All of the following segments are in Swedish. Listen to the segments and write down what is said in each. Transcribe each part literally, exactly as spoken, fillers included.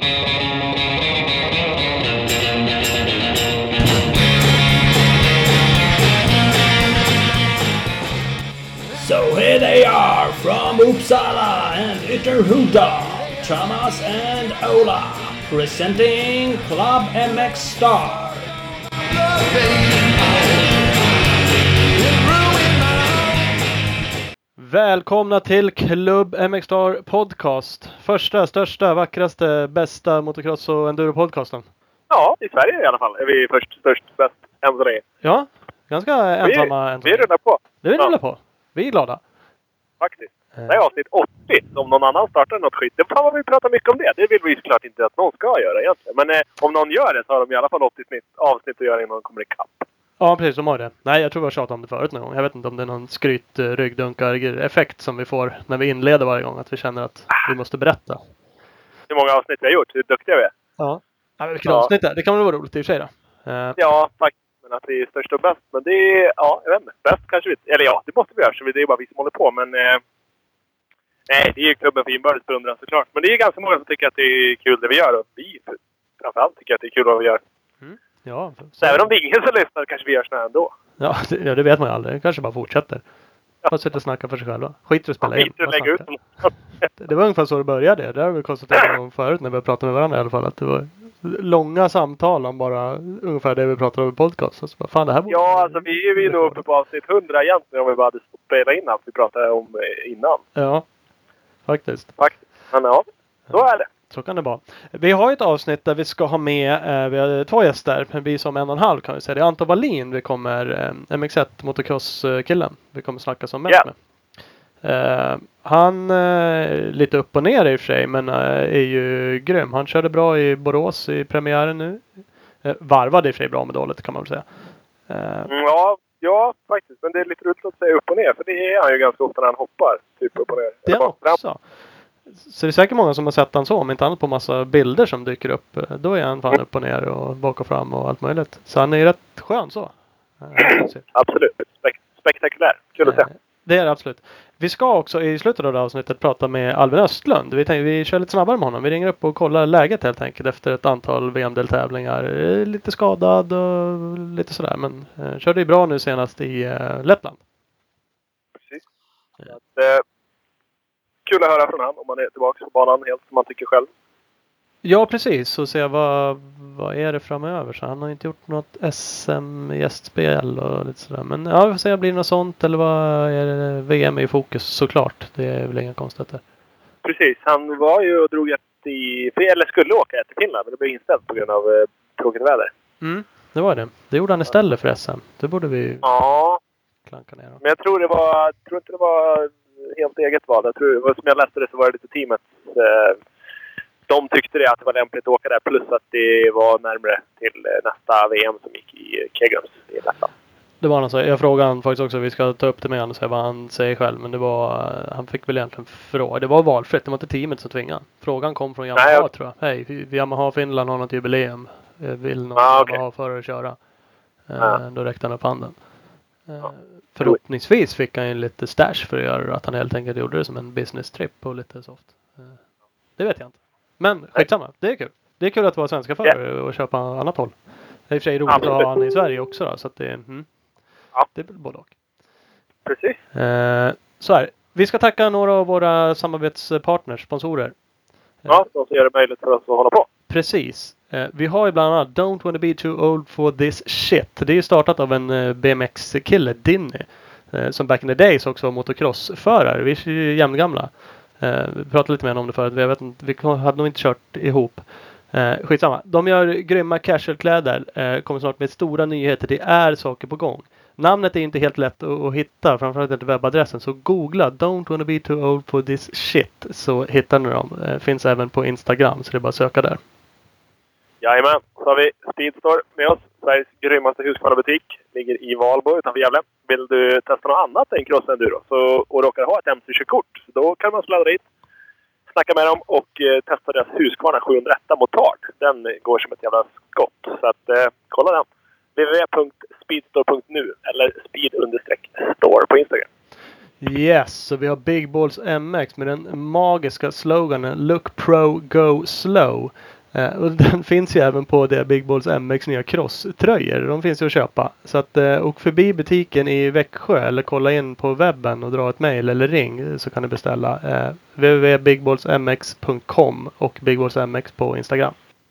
So here they are from Uppsala and Ytterhuda, Thomas and Ola, presenting Club M X Star. Välkomna till Club M X Star podcast. Första, största, vackraste, bästa motocross- och enduro-podcasten. Ja, i Sverige i alla fall är vi först, störst, bäst, än så länge. Ja, ganska ensamma än så Vi länge. rullar på. Det vi rullar Ja. på. Vi är glada. Faktiskt. Det här är avsnitt åttio. Om någon annan startar något skit, det får vi prata mycket om det. Det vill vi ju såklart inte att någon ska göra egentligen. Men eh, om någon gör det så har de i alla fall åttio snitt, avsnitt att göra innan de kommer ikapp. Ja, precis, de har det. Nej, jag tror vi har tjatat om det förut någon gång. Jag vet inte om det är någon skryt, eh, ryggdunkar-effekt som vi får när vi inleder varje gång. Att vi känner att vi måste berätta. Hur många avsnitt vi har gjort, hur duktiga vi är. Ja. Ja, vilket Ja. avsnitt det är. Det kan väl vara roligt i och för sig då. Eh, Ja, faktiskt. Men att vi är störst och bäst. Men det är, ja, jag vet inte. Bäst kanske vi Eller ja, det måste vi göra. Så det är bara vi som håller på. Men eh, nej, det är ju klubben för inbördes beundran såklart. Men det är ganska många som tycker att det är kul det vi gör. Och vi framförallt tycker att det är kul vad vi gör. mm. Ja, Så även om det är ingen som lyssnar kanske vi gör såna här ändå. Ja, det, ja, det vet man ju aldrig. Det kanske bara fortsätter. Bara sitta och snacka för sig själva. Skit att spela in. Skit att lägga ut dem. Det, det var ungefär så det började. Det har vi konstaterat om förut när vi pratade med varandra i alla fall. Att det var långa samtal om bara ungefär det vi pratade om i podcast. Så bara, fan, det här borde... Ja, alltså vi är ju nog uppe på avsnitt hundra egentligen om vi bara hade spelat in allt vi pratade om innan. Ja, faktiskt. Faktiskt. Men ja, så är det. Så kan det vara. Vi har ett avsnitt där vi ska ha med, eh, vi har två gäster. Det blir som en och en halv kan vi säga. Det är Anton Wallin, vi kommer, eh, M X ett motocross-killen. Vi kommer snacka som mest Yeah. med. Eh, han eh, lite upp och ner i och för sig, men eh, är ju grym. Han körde bra i Borås i premiären nu. Eh, varvade i och för sig bra med dåligt kan man väl säga. Eh, Mm, ja, ja, faktiskt. Men det är lite roligt att säga upp och ner. För det är han ju ganska ofta när han hoppar. Typ upp och ner. det är Eller han bara också. Så det är säkert många som har sett han så, om inte annat på massa bilder som dyker upp. Eh, Då är han fan upp och ner och bak och fram och allt möjligt. Så han är ju rätt skön så. Eh, Absolut. Spek- spektakulär. Kul att se. Eh, Det är det absolut. Vi ska också i slutet av det här avsnittet prata med Alvin Östlund. Vi tänkte, vi kör lite snabbare med honom. Vi ringer upp och kollar läget helt enkelt efter ett antal V M-deltävlingar. Eh, Lite skadad och lite sådär. Men eh, körde ju bra nu senast i eh, Lettland. Precis. Så att, eh, kul att höra från han om man är tillbaka på banan helt som man tycker själv. Ja, precis. Och se vad, vad är det framöver. Så han har inte gjort något S M-gästspel och lite sådär. Men ja, vi får se, blir det något sånt eller vad är det? V M är i fokus såklart. Det är väl inga konstigheter. Precis. Han var ju och drog ett i... Eller skulle åka ett i Finland. Men det blev inställt på grund av eh, tråkigt väder. Mm, det var det. Det gjorde han istället för S M. Det borde vi Ja. klanka ner om. Men jag tror det var... Jag tror inte det var helt eget val. Jag tror, som jag läste det så var det lite teamet... Eh, de tyckte det att det var lämpligt att åka där. Plus att det var närmare till eh, nästa V M som gick i Kegrums i Lettland. Det var han så. Jag frågade han faktiskt också. Vi ska ta upp det med honom och se vad han säger själv. Men det var... Han fick väl egentligen fråga. Det var valfritt. Det var inte teamet som tvingade. Frågan kom från Yamaha. Nej, jag... tror jag. Hej, vi- Yamaha Finland har något jubileum. Eh, Vill någon Ah, okay. Yamaha-förare köra? Eh, Ah. Då räckte han upp handen. Eh, Ja. Förhoppningsvis fick han ju lite stash för att göra att han helt enkelt gjorde det som en business trip och lite soft. Eh, det vet jag inte. Men skitsamma, det är kul. Det är kul att vara svenska förare yeah. och köpa annat håll. Det är i och för sig roligt Absolut. att ha han i Sverige också då, så att det är, mm, ja. det är både och. Precis. Eh, så här, vi ska tacka några av våra samarbetspartners, sponsorer. Ja, så gör det möjligt för oss att hålla på. Precis. Eh, vi har ju bland annat Don't wanna be too old for this shit. Det är ju startat av en eh, B M X-kille, Dinny. Eh, som back in the days också var motocrossförare. Vi är ju jämngamla. Eh, vi pratade lite mer om det förut. Vi, vet inte, vi hade nog inte kört ihop. Eh, skitsamma. De gör grymma casualkläder. Eh, kommer snart med stora nyheter. Det är saker på gång. Namnet är inte helt lätt att, att hitta. Framförallt inte webbadressen. Så googla Don't wanna be too old for this shit. Så hittar ni dem. Eh, finns även på Instagram. Så det är bara att söka där. Jajamän. Så har vi Speedstore med oss. Sveriges grymmaste Husqvarna-butik. Ligger i Valbo utanför Gävle. Vill du testa något annat än cross enduro så, och råkar ha ett M C-körkort, då kan man sladda dit, snacka med dem och eh, testa deras Husqvarna sjuhundraett motard. Den går som ett jävla skott. Så att eh, kolla den. w w w punkt speedstore punkt nu eller speed-store på Instagram. Yes, så vi har Big Balls M X med den magiska sloganen Look Pro Go Slow. Eh, och den finns ju även på det Big Balls M X nya cross-tröjor. De finns ju att köpa. Så att eh, åk förbi butiken i Växjö eller kolla in på webben och dra ett mejl eller ring så kan du beställa eh, w w w punkt big balls m x punkt com och Big Balls M X på Instagram.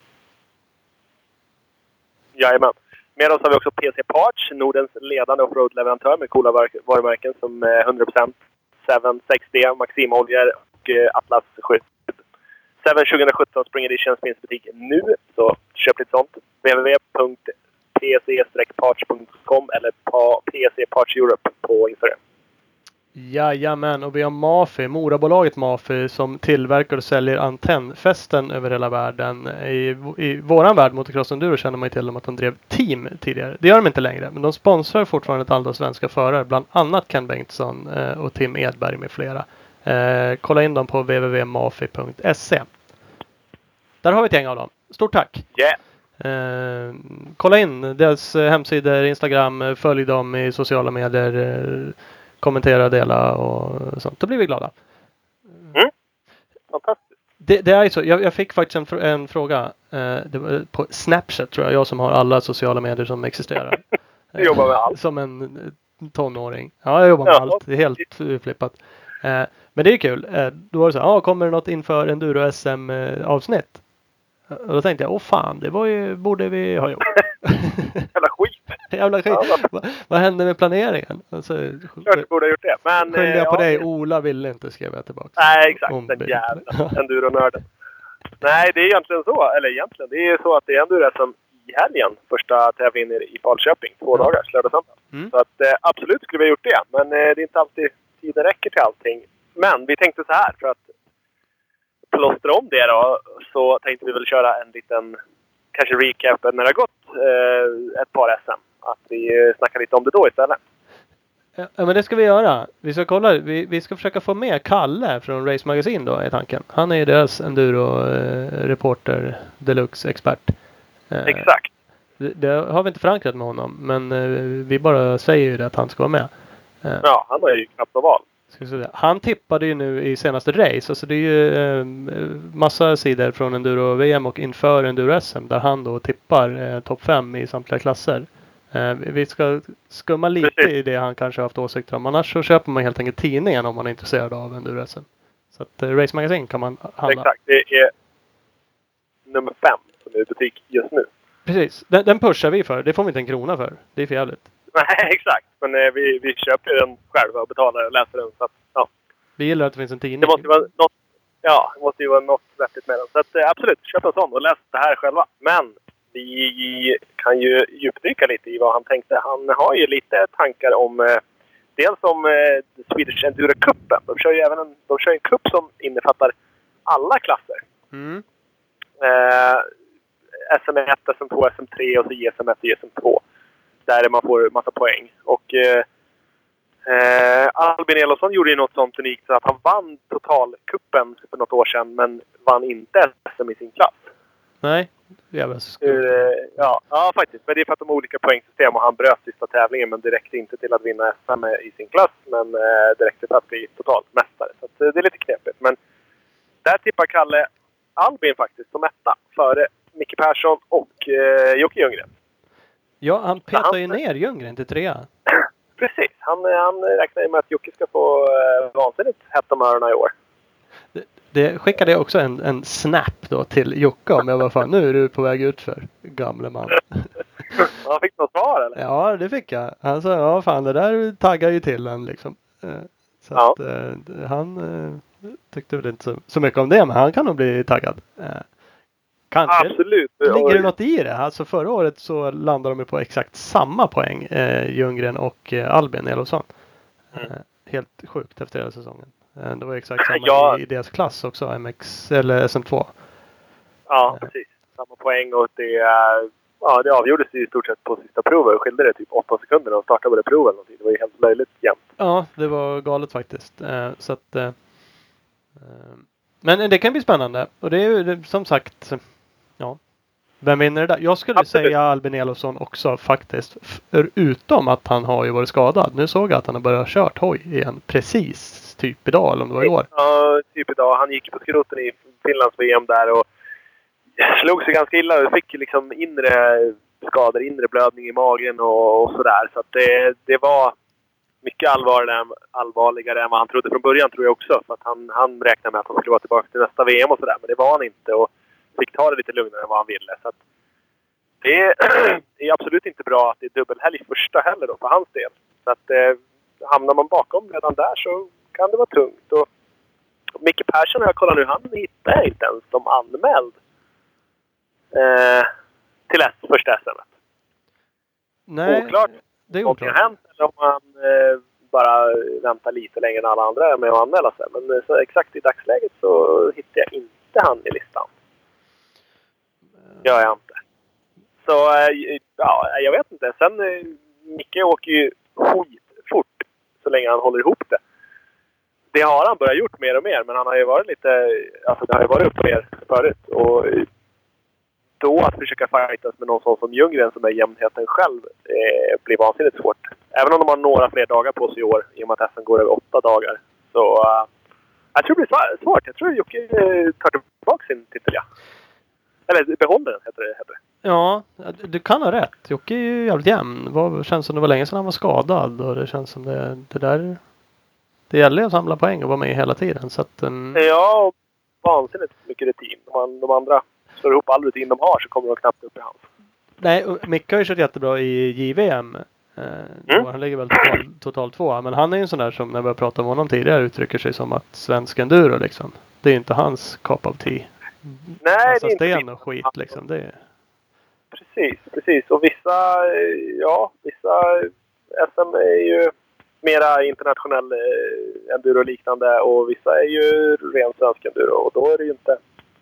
Jajamän. Med oss har vi också P C Parts, Nordens ledande offroad-leverantör med coola var- varumärken som eh, hundra procent Seven sex D, Maxima-oljor och eh, Atlas skydd. Seven tjugohundrasjutton Spring Edition finns butik nu, så köp lite sånt. w w w punkt p c parts punkt com eller på P C Parts Europe på Instagram. Jajamän, och vi har Mafi, Morabolaget Mafi, som tillverkar och säljer antennfästen över hela världen. I, i våran värld, Motocross Enduro, känner man ju till om att de drev team tidigare. Det gör de inte längre, men de sponsrar fortfarande ett antal svenska förare, bland annat Ken Bengtsson eh, och Tim Edberg med flera. Eh, kolla in dem på w w w punkt mafi punkt se. Där har vi ett gäng av dem. Stort tack! Yeah. Eh, kolla in deras hemsidor, Instagram, följ dem i sociala medier, eh, kommentera, dela och sånt. Då blir vi glada. Mm. Fantastiskt. Det, det är ju så. Jag, jag fick faktiskt en, fr- en fråga. Eh, det var på Snapchat tror jag. Jag som har alla sociala medier som existerar. Du jobbar med allt. Som en eh, tonåring. Ja, jag jobbar med Ja. allt. Det är helt uh, flippat. Eh, men det är kul. Eh, då var det så här. Ah, kommer det något inför Enduro S M eh, avsnitt? Och då tänkte jag, åh fan, det var ju, borde vi ha gjort. Jävla skit. Jävla skit. Ja, vad- vad, vad hände med planeringen? Alltså, Klart du borde ha gjort det. Men, skyllde jag eh, på ja, dig. det- Ola ville inte, skrev jag tillbaka. Nej, exakt. Om Den bild. jävla enduronörden. Nej, det är egentligen så. Eller egentligen. Det är så att det är enduro som i helgen. Första tävlingen i Falköping. Två Mm. dagar, lördag och söndag. Mm. Så att eh, absolut skulle vi ha gjort det. Men eh, det är inte alltid tiden räcker till allting. Men vi tänkte så här. För att plåstra om det då. Så tänkte vi väl köra en liten kanske recap när det har gått eh, ett par S M. Att vi eh, snackar lite om det då istället. Ja, men det ska vi göra. Vi ska kolla. Vi, vi ska försöka få med Kalle från Race Magazine då i tanken. Han är ju deras enduro-reporter, deluxe-expert. Eh, Exakt. Det, det har vi inte förankrat med honom. Men eh, vi bara säger ju det att han ska vara med. Eh, Ja, han har ju knappt något val. ska vi se det. Han tippade ju nu i senaste race. Alltså det är ju eh, massa sidor från Enduro-V M och inför Enduro-S M. Där han då tippar eh, topp fem i samtliga klasser. Eh, vi ska skumma lite Precis. i det han kanske har haft åsikter om. Annars så köper man helt enkelt tidningen om man är intresserad av Enduro-S M. Så att eh, Race Magazine kan man handla. Exakt. Det är nummer fem som är i butik just nu. Precis. Den, den pushar vi för. Det får vi inte en krona för. Det är för jävligt. Nej, exakt. Men eh, vi, vi köper ju den själva och betalar och läser den. Så att, ja. Vi gillar att det finns en tidning. Det måste ju vara något, ja, det måste ju vara något vettigt med den. Så att, eh, absolut, köp en sån och läs det här själva. Men vi kan ju djupdyka lite i vad han tänkte. Han har ju lite tankar om eh, dels om eh, Swedish Enduro-cupen. De kör ju även en, de kör en cup som innefattar alla klasser. Mm. Eh, S M ett, S M två, S M tre och så J S M ett och J S M två. Där man får massa poäng. Och eh, eh, Albin Elofsson gjorde ju något sånt unikt så att han vann totalkuppen för något år sedan men vann inte S M i sin klass. Nej. Jävla skumt. Uh, ja, ja, faktiskt. Men det är för att de har olika poängsystem och han bröt sista tävlingen men det räckte inte till att vinna S M i sin klass. Men uh, det räckte för att bli totalmästare. Så att, uh, det är lite knepigt. Men där tippar Kalle Albin faktiskt som etta före Micke Persson och uh, Jocke Ljunggren. Ja, han petar han- ju ner Ljunggren till trea. Precis. Han, han räknar ju med att Jocke ska få uh, vansinnigt hett om öronen i år. Det, det skickade jag också en, en snap då till Jocke om jag var fan, nu är du på väg ut för gamle man. Han fick något svar eller? Ja, det fick jag. Han sa, ja fan det där taggar ju till en liksom. Eh, Så Ja. att eh, han eh, tyckte väl inte så, så mycket om det, men han kan nog bli taggad. Eh, Kanske Absolut. ligger det något i det. Alltså förra året så landade de ju på exakt samma poäng, eh, Ljunggren och eh, Albin Elofsson. Eh, Mm. helt sjukt efter hela säsongen. Eh, det var exakt samma Ja. i, i deras klass också, M X eller S M två. Ja, precis. Samma poäng och det, är- ja, det avgjordes i stort sett på sista provet. Skilde det typ åtta sekunder och startade på det provet eller någonting. Det var ju helt löjligt jämnt. Ja, det var galet faktiskt. Eh, så att, eh, eh, men det kan bli spännande. Och det är ju det, som sagt, ja. Vem vinner det där? Jag skulle Absolut. säga Albin Elofsson också faktiskt. Förutom att han har ju varit skadad. Nu såg jag att han har börjat kört hoj igen. Precis typ idag eller om det var i år. Ja, typ idag. Han gick på skroten i Finlands V M där och slog sig ganska illa och fick liksom inre skador, inre blödning i magen och, och sådär. Så att det, det var mycket allvarligare, allvarligare än vad han trodde från början, tror jag också. För att han, han räknade med att han skulle vara tillbaka till nästa V M och sådär. Men det var han inte och fick ta det lite lugnare än vad han ville. Så att det är absolut inte bra att det är dubbelhelg första heller då för hans del. Så att eh, hamnar man bakom redan där så kan det vara tungt. Och Micke Persson, jag kollar nu, han hittar jag inte ens som anmäld eh, till S, första S M-et. Nej, oklart. det är Om det oklart. har hänt eller om man eh, bara väntar lite längre än alla andra med att anmäla sig. Men så exakt i dagsläget så hittar jag inte han i listan. Gör jag inte. Så eh, ja, jag vet inte. Sen eh, Micke åker ju skitfort så länge han håller ihop det. Det har han börjat gjort mer och mer, men han har ju varit lite, alltså det har ju varit upp och ner förut. Och då att försöka fightas med någon sån som Ljunggren som är jämnheten själv eh, blir vansinnigt svårt. Även om de har några fler dagar på sig i år, i och med att S M går över åtta dagar. Så uh, jag tror det blir svårt. Jag tror att Jocke eh, tar tillbaka sin titel, ja. Eller behåller den, heter det. Heter det. Ja, du kan ha rätt. Jocke är ju jävligt jämn. Det känns som det var länge sedan han var skadad. Och det känns som det, det där... Det gäller att samla poäng och vara med hela tiden. Så att, um... Ja, och vansinnigt mycket rutin. Om de andra slår ihop all rutin de har så kommer de knappt upp i hans. Nej, Micke har ju kört jättebra i J V M. Eh, Mm. Han ligger väl total, total två. Men han är ju en sån där som när vi har pratat om honom tidigare uttrycker sig som att svensk enduro liksom. Det är inte hans cup of tea. Nej, Massa det är inte sten min. och skit liksom. Det är... Precis, precis. Och vissa, eh, ja, vissa S M är ju mera internationell eh, enduro-liknande och vissa är ju ren svensk enduro. Och då är det ju inte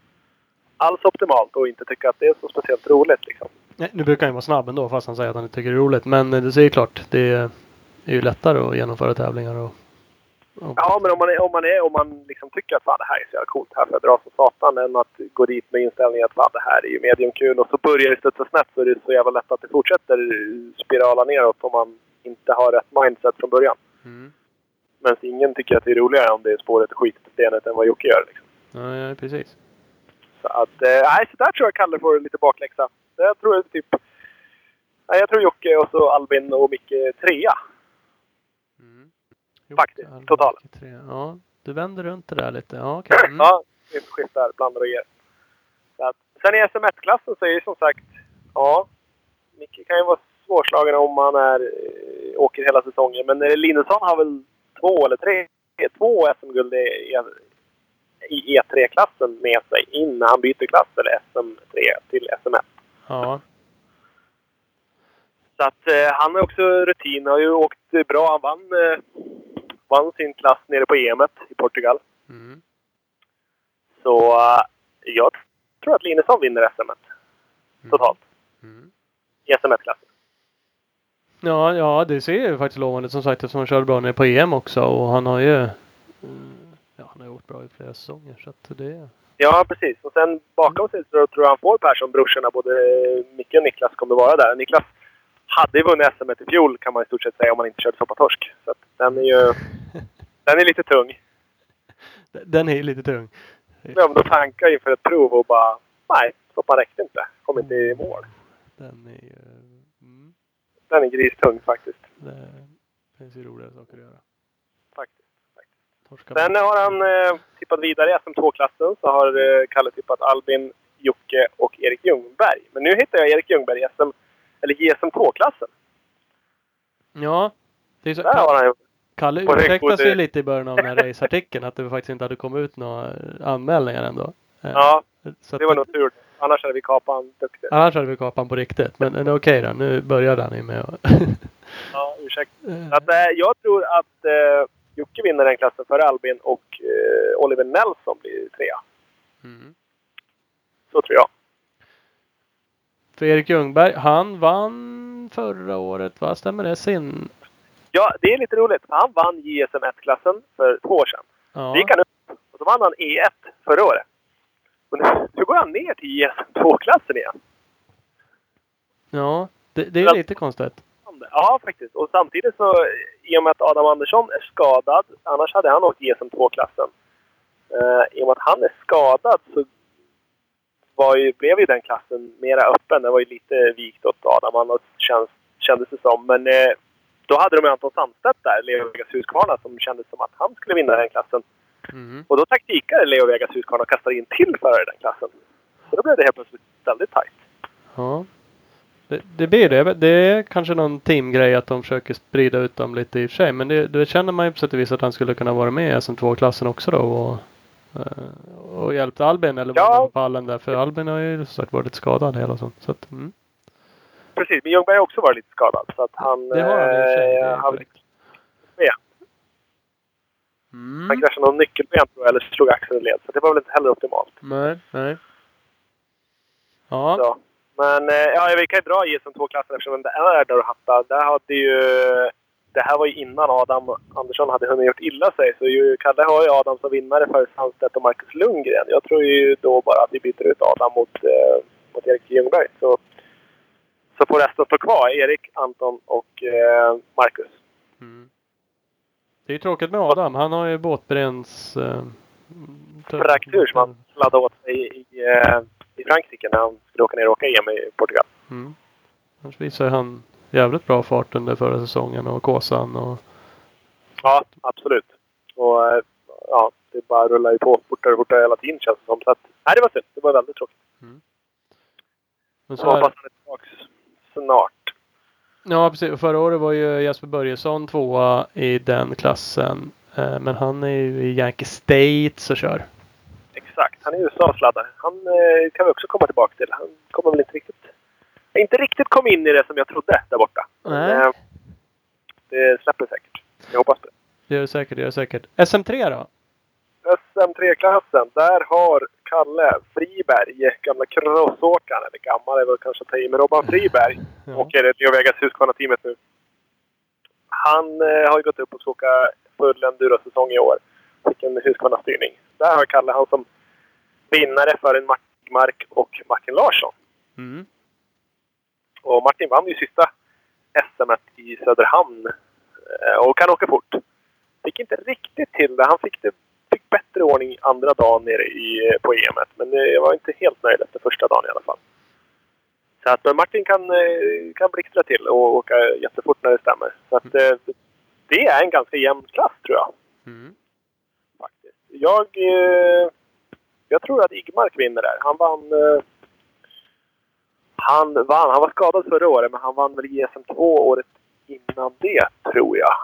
alls optimalt och inte tycka att det är så speciellt roligt liksom. Nej, nu brukar han vara snabb ändå fast han säger att han inte tycker det är roligt. Men det säger klart, det är ju lättare att genomföra tävlingar och... och... Ja, men om man, är, om man, är, om man liksom tycker att fan, det här är så jävla coolt, här för att dra som satan, än att gå dit med inställningen att fan, det här är ju mediumkul och så börjar det studsa snett så är det så jävla lätt att det fortsätter spirala neråt om man inte har rätt mindset från början. Mm. Men ingen tycker att det är roligare om det är spåret och skitet i stenet än vad Jocke gör liksom. Ja, ja, precis. Så att, eh, nej, så där tror jag Kalle får lite bakläxa. Jag tror det typ, nej, jag tror Jocke och så Albin och Micke trea. Mm. Faktiskt, totalt. Ja, du vänder runt det där lite. Ja, okej. Mm. Ja, vi skiftar, blandar och ger. Så att, sen i S M ett-klassen så är det som sagt, ja, Micke kan ju vara svårslagen om han är, äh, åker hela säsongen. Men äh, Linusson har väl två eller tre, två S M-guld i, i E tre-klassen med sig innan han byter klass, eller S M tre till S M ett. Ja. Så att äh, han har också rutin, har ju åkt bra. Han vann, äh, vann sin klass nere på E M-et i Portugal. Mm. Så äh, jag tror att Linusson vinner S M-et totalt. Mm. I S M ett-klassen. Ja, ja, det ser ju faktiskt lovande som sagt eftersom han körde bra ner på E M också och han har ju ja, han har gjort bra i flera säsonger så att det... Ja, precis. Och sen bakom sig så tror jag han får Persson, brorsorna, både Micke och Niklas kommer vara där. Niklas hade ju vunnit S M i fjol kan man i stort sett säga om man inte körde soppatorsk. Så att den är ju den är lite tung. Den är lite tung. Ja, men då tankar inför ett prov och bara, nej, soppan räckte inte. Kom inte i mål. Den är ju... Mm. Den är gristung faktiskt. Det finns ju roligare saker att göra. Faktiskt. faktiskt. Torska Sen har han eh, tippat vidare i S M två-klassen. Så har eh, Kalle tippat Albin, Jocke och Erik Ljungberg. Men nu hittar jag Erik Ljungberg i S M, eller i S M två-klassen. Ja, det är så... Där har han ju. Kalle ursäktade sig lite i början av den här raceartikeln att det faktiskt inte hade kommit ut några anmälningar ändå. Ja, så det var nog tur. Annars hade vi kapan duktigt. Annars hade vi kapan på riktigt. Men, men okej då, nu började han ju med att... Ja, ursäkta. Att, äh, jag tror att äh, Jocke vinner den klassen för Albin och äh, Oliver Nelson blir trea. Mm. Så tror jag. För Erik Ljungberg, han vann förra året, va? Stämmer det? Sin... Ja, det är lite roligt. Han vann J S M ett-klassen för två år sedan. Ja. Det gick han upp och så vann han E ett förra året. Och nu, nu går han ner till J S M två-klassen igen. Ja, det, det är lite konstigt. Ja, faktiskt. Och samtidigt så, i och med att Adam Andersson är skadad, annars hade han åkt J S M två-klassen. Uh, I och med att han är skadad så var ju, blev ju den klassen mera öppen. Den var ju lite vikt åt Adam, annars känns, kändes det som. Men eh, då hade de ju Anton Sandstedt där, Leo Vegas Husqvarna, som kändes som att han skulle vinna den klassen. Mm. Och då taktikade Leo Vegas Husqvarna och kastade in till förare i den klassen. Så då blev det helt plötsligt väldigt tajt. Ja. Det, det blir det. Det är kanske någon teamgrej att de försöker sprida ut dem lite i och för sig. Men det, det känner man ju på sätt och vis att han skulle kunna vara med i S M två-klassen också då. Och, och hjälpt Albin eller ja. var på pallen där. För Albin har ju så sagt varit lite skadad hela sånt. Så att, mm. Precis, men Ljungberg har också varit lite skadad. Så att han... Det har han i och för sig. Eh, han, med. Mm. Han kraschade någon nyckelben tror jag, eller slog axeln i led. Så det var väl inte heller optimalt. Nej, nej. Ja. Så. Men eh, ja, vi kan ju dra i S M två-klassen eftersom det är där och hatta. Där hade ju... Det här var ju innan Adam Andersson hade hunnit gjort illa sig. Så ju, Kalle har ju Adam som vinnare för Sandstedt och Marcus Lundgren. Jag tror ju då bara att vi byter ut Adam mot, eh, mot Erik Ljungberg. Så, så får resten stå kvar. Erik, Anton och eh, Marcus. Mm. Det är ju tråkigt med Adam. Han har ju båtbrens... Eh, fraktur som han sladdade åt sig i, i, i Frankrike när han skulle åka ner och åka E M i Portugal. Mm. Annars visar han jävligt bra fart under förra säsongen och Kåsan och... Ja, absolut. Och ja, det bara rullar ju på fortare och fortare hela tiden känns det som. Så att, nej, det var synd. Det var väldigt tråkigt. Mm. Men så jag hoppas är... han är tillbaka snart. Ja, precis. Förra året var ju Jesper Börjesson tvåa i den klassen. Men han är ju i Yankee State så kör. Exakt. Han är U S A-sladdare. Han eh, kan vi också komma tillbaka till. Han kommer väl inte riktigt... Inte riktigt kom in i det som jag trodde där borta. Nej. Men, eh, det släpper säkert. Jag hoppas det. Det gör det säkert, det gör det säkert. S M tre då? S M tre-klassen. Där har Kalle Friberg, gamla crossåkaren, eller gammal är väl kanske att ta i, med Robban Friberg. Ja. Och är det Leo Vegas Husqvarna-teamet nu. Han eh, har ju gått upp och ska åka full enduro-säsong i år. Fick en Husqvarna-styrning. Där har Kalle han som vinnare för en Martin Mark och Martin Larsson. Mm. Och Martin vann ju sista S M i Söderhamn. Eh, och kan åka fort. Fick inte riktigt till det. Han fick, det, fick bättre ordning andra dagen nere i, på E M. Men jag var inte helt nöjd efter första dagen i alla fall. Så att men Martin kan, kan blixtra till och åka jättefort när det stämmer. Så att eh, det är en ganska jämn klass tror jag. Mm. Faktiskt. Jag, eh, jag tror att Igmark vinner där. Han vann, eh, han vann. Han var skadad förra året men han vann väl i S M två året innan det tror jag.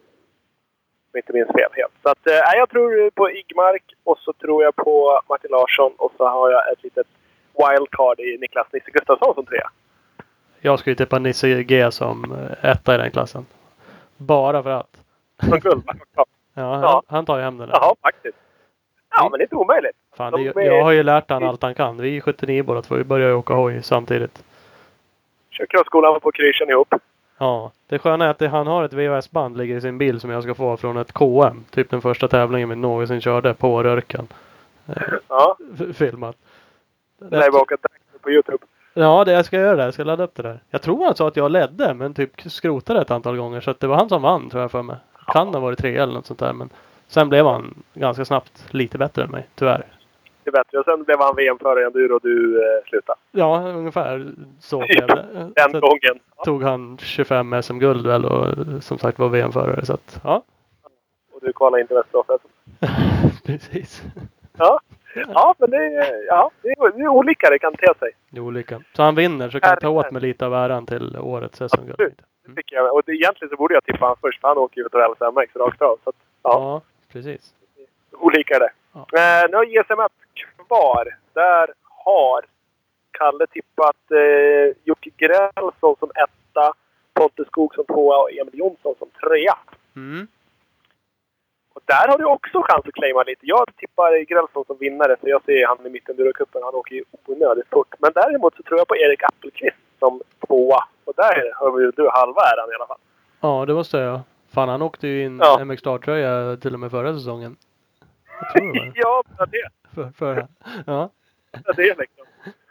Om inte minns fel helt. Så att, eh, jag tror på Igmark och så tror jag på Martin Larsson och så har jag ett litet wildcard i Niklas Nisse Gustafsson som trea. Jag skulle tippa Nisse G som etta i den klassen. Bara för att. Som guld. Ja, han, ja. han tar ju hem den där. Ja, faktiskt. Ja, men det är inte omöjligt. Fan, De det, är... jag har ju lärt han allt han kan. Vi är sjuttionio båda två. Vi börjar ju åka hoj samtidigt. Kör crossskolan på kryschen ihop. Ja, det sköna är att det, han har ett V H S-band ligger i sin bil som jag ska få från ett K M. Typ den första tävlingen vi någonsin körde på Rörkan. Ja. F- filmat. Lär vi åka direkt på YouTube. Ja, det jag ska göra det. Jag ska ladda upp det där. Jag tror han sa att jag ledde, men typ skrotade ett antal gånger. Så att det var han som vann, tror jag för mig. Kan ha varit tre eller något sånt där. Men sen blev han ganska snabbt lite bättre än mig, tyvärr. Det är bättre. Och sen blev han V M-förare i enduro och du eh, slutade. Ja, ungefär så blev det. Den så gången. Ja. tog han tjugofem S M-guld väl och som sagt var V M-förare. Så att, ja. Och du kvalade inte Västerås. Precis. Ja. Ja, men det är, ja, det är, det är olika det kan te sig. Det är olika. Så han vinner så kan jag ta åt mig lite av äran till årets S M-guld. Absolut. Det tycker jag. Och det, egentligen så borde jag tippa han först. För han åker ju för Rally M X rakt av. Så att, ja. Ja, precis. Olika är det. Ja. Eh, nu har J S M ett kvar. Där har Kalle tippat eh, Jocke Grälsson som etta, Pontus Skog som tvåa och Emil Jonsson som trea. Mm. Och där har du också chans att claima lite. Jag tippar Grälsson som vinnare så jag ser han i mitten av cupen. Han åker ju onödigt fort. Men däremot så tror jag på Erik Appelqvist som tvåa. Och där har vi ju du halva äran i alla fall. Ja, det måste jag. Fan, han åkte ju in Ja. M X Star-tröja till och med förra säsongen. Jag tror det var det. Ja, det är För, för, ja. det. Det är liksom.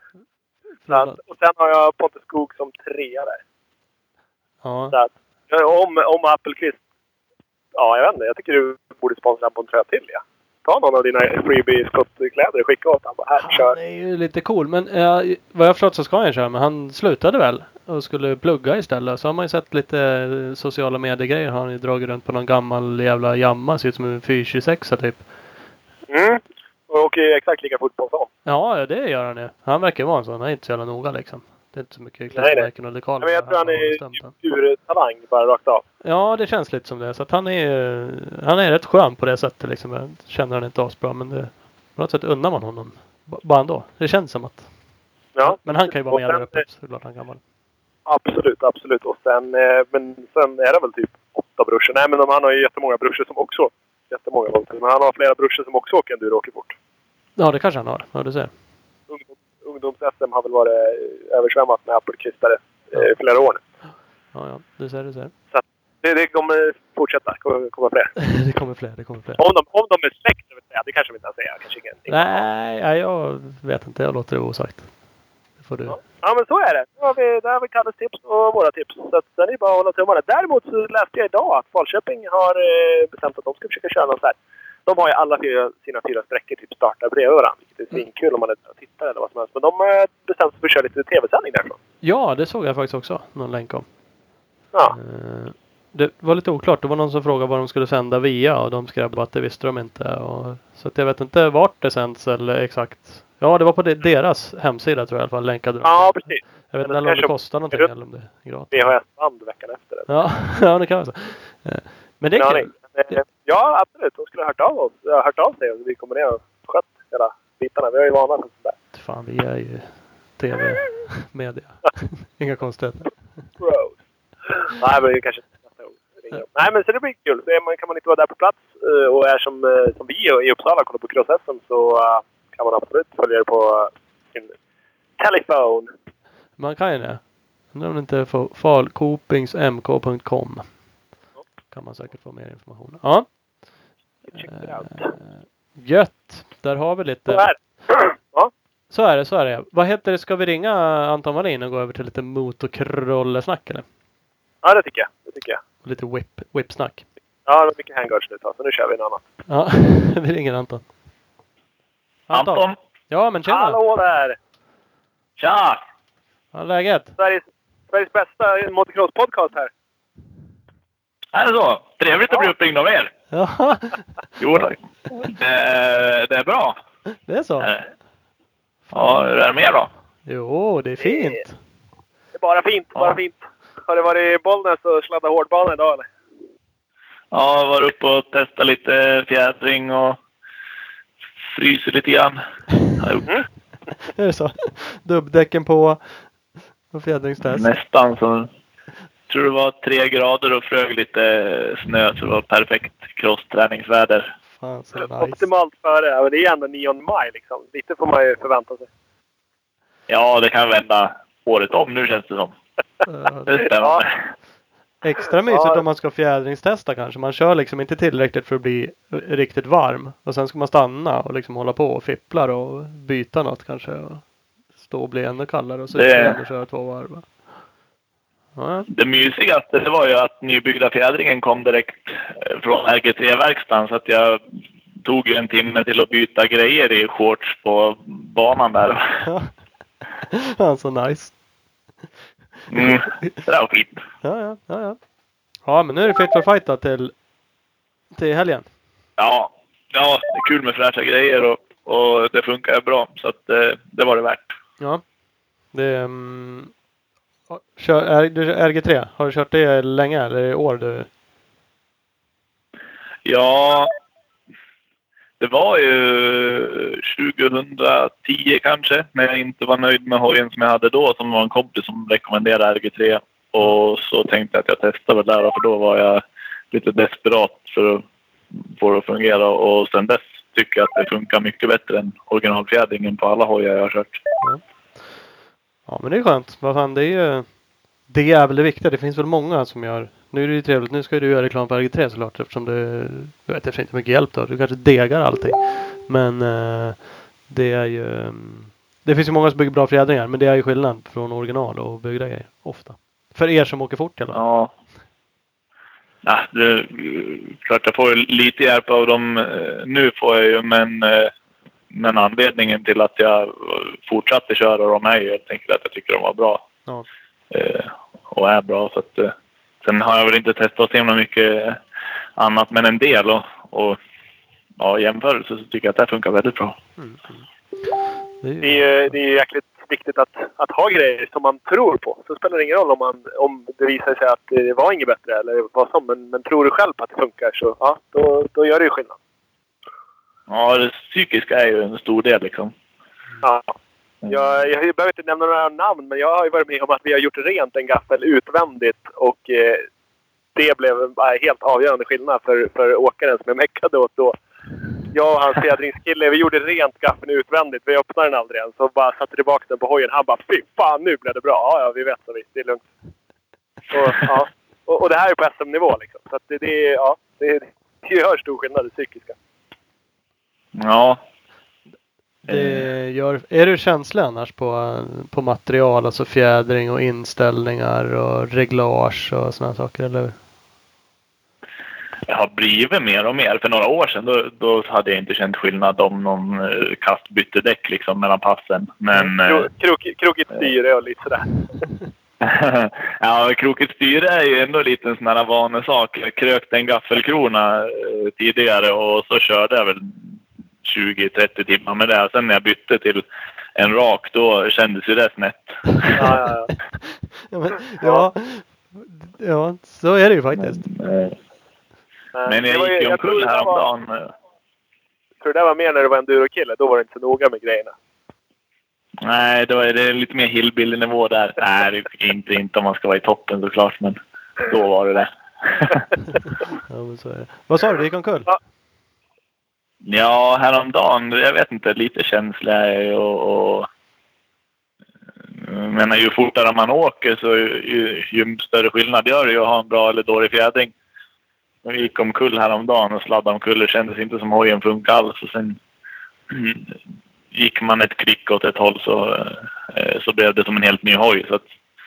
Så, och sen har jag Pontus Skog som trea där. Ja. Så att, om, om Appelqvist... Ja, jag vet inte. Jag tycker du borde sponsra på en tröja till, ja. ta någon av dina freebie-skottkläder och skicka åt honom. Här, kör. Han är ju lite cool. Men eh, vad jag förstått så ska han köra. Men han slutade väl. Och skulle plugga istället. Så har man ju sett lite sociala medier-grejer. Han har ju dragit runt på någon gammal jävla jamma. Ser ut som en fyra tjugosex typ. Mm. Och åker exakt lika fort på en sån. Ja, det gör han ju. Han verkar vara en sån. Han är inte så jävla noga liksom. Det är inte så mycket klassmärken och dekaler. Men jag tror han är ur talang bara rakt av. Ja, det känns lite som det. Så att han är han är rätt skön på det sättet liksom. Jag känner han inte asbra. Men det, på något sätt undrar man honom. B- bara ändå. Det känns som att... Ja. Men han kan ju vara med där uppe. Såklart han kan vara. Absolut, absolut. Och sen, eh, men sen är det väl typ åtta brorsor. Nej, men de, han har ju jättemånga brorsor som också... Jättemånga volter. Men han har flera brorsor som också åker enduro och åker fort. Ja, det kanske han har. Ja, du ser. Ungdom, Ungdoms-S M har väl varit översvämmat med Apple-kristare eh, flera år nu. Ja, ja. Du ser, du ser. Så det, det kommer fortsätta. Det kommer, kommer fler. det kommer fler, det kommer fler. Om de, om de är släkt, jag vill säga. Det kanske vi inte kan säga. Kanske ingen, Nej, nej, jag vet inte. Jag låter det osagt. Det får du. Ja. Ja, men så är det. Då har vi, där har vi Kalles tips och våra tips. Så att, sen är det bara att hålla tummarna. Däremot så läste jag idag att Falköping har eh, bestämt att de ska försöka köra något så här. De har ju alla fyra, sina fyra sträckor typ startar bredvid varandra. Vilket är svinkul om man är där och tittar eller vad som helst. Men de har bestämt sig för att köra lite tv-sändning därifrån. Ja, det såg jag faktiskt också. Någon länk om. Ja. Uh, det var lite oklart. Det var någon som frågade vad de skulle sända via. Och de skrev bara att det visste de inte. Och, så att jag vet inte vart det sänds eller exakt. Ja, det var på deras hemsida tror jag i alla fall. Länkade de. Ja, precis. Jag vet inte om det kostar någonting eller om det är gratis. V H S-band veckan efter. Det. Ja, ja, det kan vara så. Uh, men det är kul. Ja, ja, absolut. De skulle ha hört av oss. Jag har hört av sig och vi kommer ner och skött hela bitarna. Vi är ju vana vid sånt där. Fan, vi är ju tv-media. Inga konstigheter. Bro. Nej, men det kanske inte. Nej, men så det blir kul. Så man, kan man inte vara där på plats och är som, som vi i Uppsala och kollar på cross-S M så kan man absolut följa det på sin telefon. Man kan ju det. Undrar om det inte är på falkopings m k punkt com. Kan man säkert få mer information. Ja. Eh, gött. Där har vi lite. Så är det. Ja. Så är det, så är det. Vad heter det? Ska vi ringa Anton Wallin och gå över till lite motocroll-snack eller? Ja, det tycker jag. Det tycker jag. Lite whip, whip-snack. Ja, det var mycket hangouts nu så nu kör vi en annan. Ja, vi ringer Anton. Anton? Anton? Ja, men tjena. Hallå där! Tja! Ja, läget? Sveriges, Sveriges bästa motocross-podcast här. Är det så? Trevligt att bli uppringd av er. Ja. Jo tack. Det, det är bra. Det är så? Ja, hur är det mer då? Jo, det är fint. Det är bara fint, bara ja. fint. Har det varit i Bollnäs och sladda hårdbana idag eller? Ja, jag var uppe och testade lite fjädring och fryser lite grann. Mm. Är det så? Dubbdäcken på och fjädringstest? Nästan så. Jag tror det var tre grader och flög lite snö så det var perfekt crossträningsväder. Fan, så nice. Optimalt för det. Det är ändå nionde maj liksom. Lite får man ju förvänta sig. Ja, det kan vända året om nu känns det som. Det är ja. Extra mysigt ja. Om man ska fjädringstesta kanske. Man kör liksom inte tillräckligt för att bli riktigt varm. Och sen ska man stanna och liksom hålla på och fipplar och byta något kanske. Och stå och bli ännu kallare och så det... och köra två varv. Ja. Det mysigaste det var ju att nybyggda fjädringen kom direkt från R G tre-verkstan så att jag tog en timme till att byta grejer i shorts på banan där. Ja, så nice. Mm, det var fint. Ja, ja, ja, ja. Ja, men nu är det fit för fight då till, till helgen. Ja, ja, det är kul med fräscha grejer och, och det funkar bra så att det, det var det värt. Ja, det um... Kör, är, du, R G tre, har du kört det länge eller i år du? Ja, det var ju tjugohundratio kanske när jag inte var nöjd med hojen som jag hade då som var en kompis som rekommenderade R G tre och så tänkte jag att jag testade det där för då var jag lite desperat för att få det att fungera och sen dess tycker jag att det funkar mycket bättre än originalfjädringen på alla hojar jag har kört. Ja. Ja, men det är skönt. Vad fan, det är ju... Det är väl det viktiga. Det finns väl många som gör... Nu är det ju trevligt. Nu ska du göra reklam på R G tre såklart. Eftersom det... Jag vet, det finns inte mycket hjälp då. Du kanske degar allting. Men uh, det är ju... Um, det finns ju många som bygger bra fjädringar. Men det är ju skillnad från original och byggda grejer. Ofta. För er som åker fort i alla fall. Ja. Ja, det, klart jag får lite hjälp av dem nu får jag ju, men, men anledningen till att jag fortsatte köra dem är ju helt enkelt att jag tycker de var bra. Ja. Och är bra, så att sen har jag väl inte testat så himla mycket annat, men en del och, och ja, jämförelse så tycker jag att det funkar väldigt bra. Mm. Mm. Det är, det är, det är jäkligt viktigt att, att ha grejer som man tror på. Så spelar det ingen roll om, man, om det visar sig att det var inget bättre eller vad som. Men, men tror du själv på att det funkar så ja, då, då gör det ju skillnad. Ja, det psykiska är ju en stor del liksom. Ja. Jag, jag behöver inte nämna några namn, men jag har ju varit med om att vi har gjort rent en gaffel utvändigt. Och eh, det blev en helt avgörande skillnad för, för åkaren som jag meckade åt då. Jag och hans fjädringskille, vi gjorde rent gaffeln utvändigt. Vi öppnade den aldrig än. Så bara satte tillbaka den på hojen. Han bara, fy fan, nu blev det bra. Ja, ja vi vet så visst. Det är lugnt. Och, ja. och, och det här är på S M-nivå liksom. Så att det, det, ja, det, det gör stor skillnad, det psykiska. Ja. Det gör, är du känslig annars på, på material, alltså fjädring och inställningar och reglage och sådana saker, eller? Jag har blivit mer och mer. För några år sedan då, då hade jag inte känt skillnad om någon eh, kast bytte däck liksom mellan passen. Men, Kro, krok, krokigt styre och lite sådär. Ja, krokigt styre är ju ändå lite en sån här vanesak. Jag krökte en gaffelkrona eh, tidigare och så körde jag väl tjugo till trettio timmar med det. Sen när jag bytte till en rak då kändes ju det snett. Ja, ja, ja. ja, men, ja, ja, så är det ju faktiskt. Men, men jag gick ju omkull häromdagen. För det där var mer när du var en enduro-kille. Då var det inte så noga med grejerna. Nej, då är det lite mer hillbilly-nivå där. Nej, inte, inte om man ska vara i toppen såklart. Men då var det det. Ja, men så är det. Vad sa du? Det gick omkull? Ja. Ja, häromdagen. Jag vet inte. Lite känslig och... och men ju fortare man åker så ju, ju större skillnad gör det ju att ha en bra eller dålig fjädring. Jag gick omkull häromdagen och sladdade omkull. Det kändes inte som hojen funkar alls. Och sen mm, gick man ett klick åt ett håll så, eh, så blev det som en helt ny hoj. Så, att,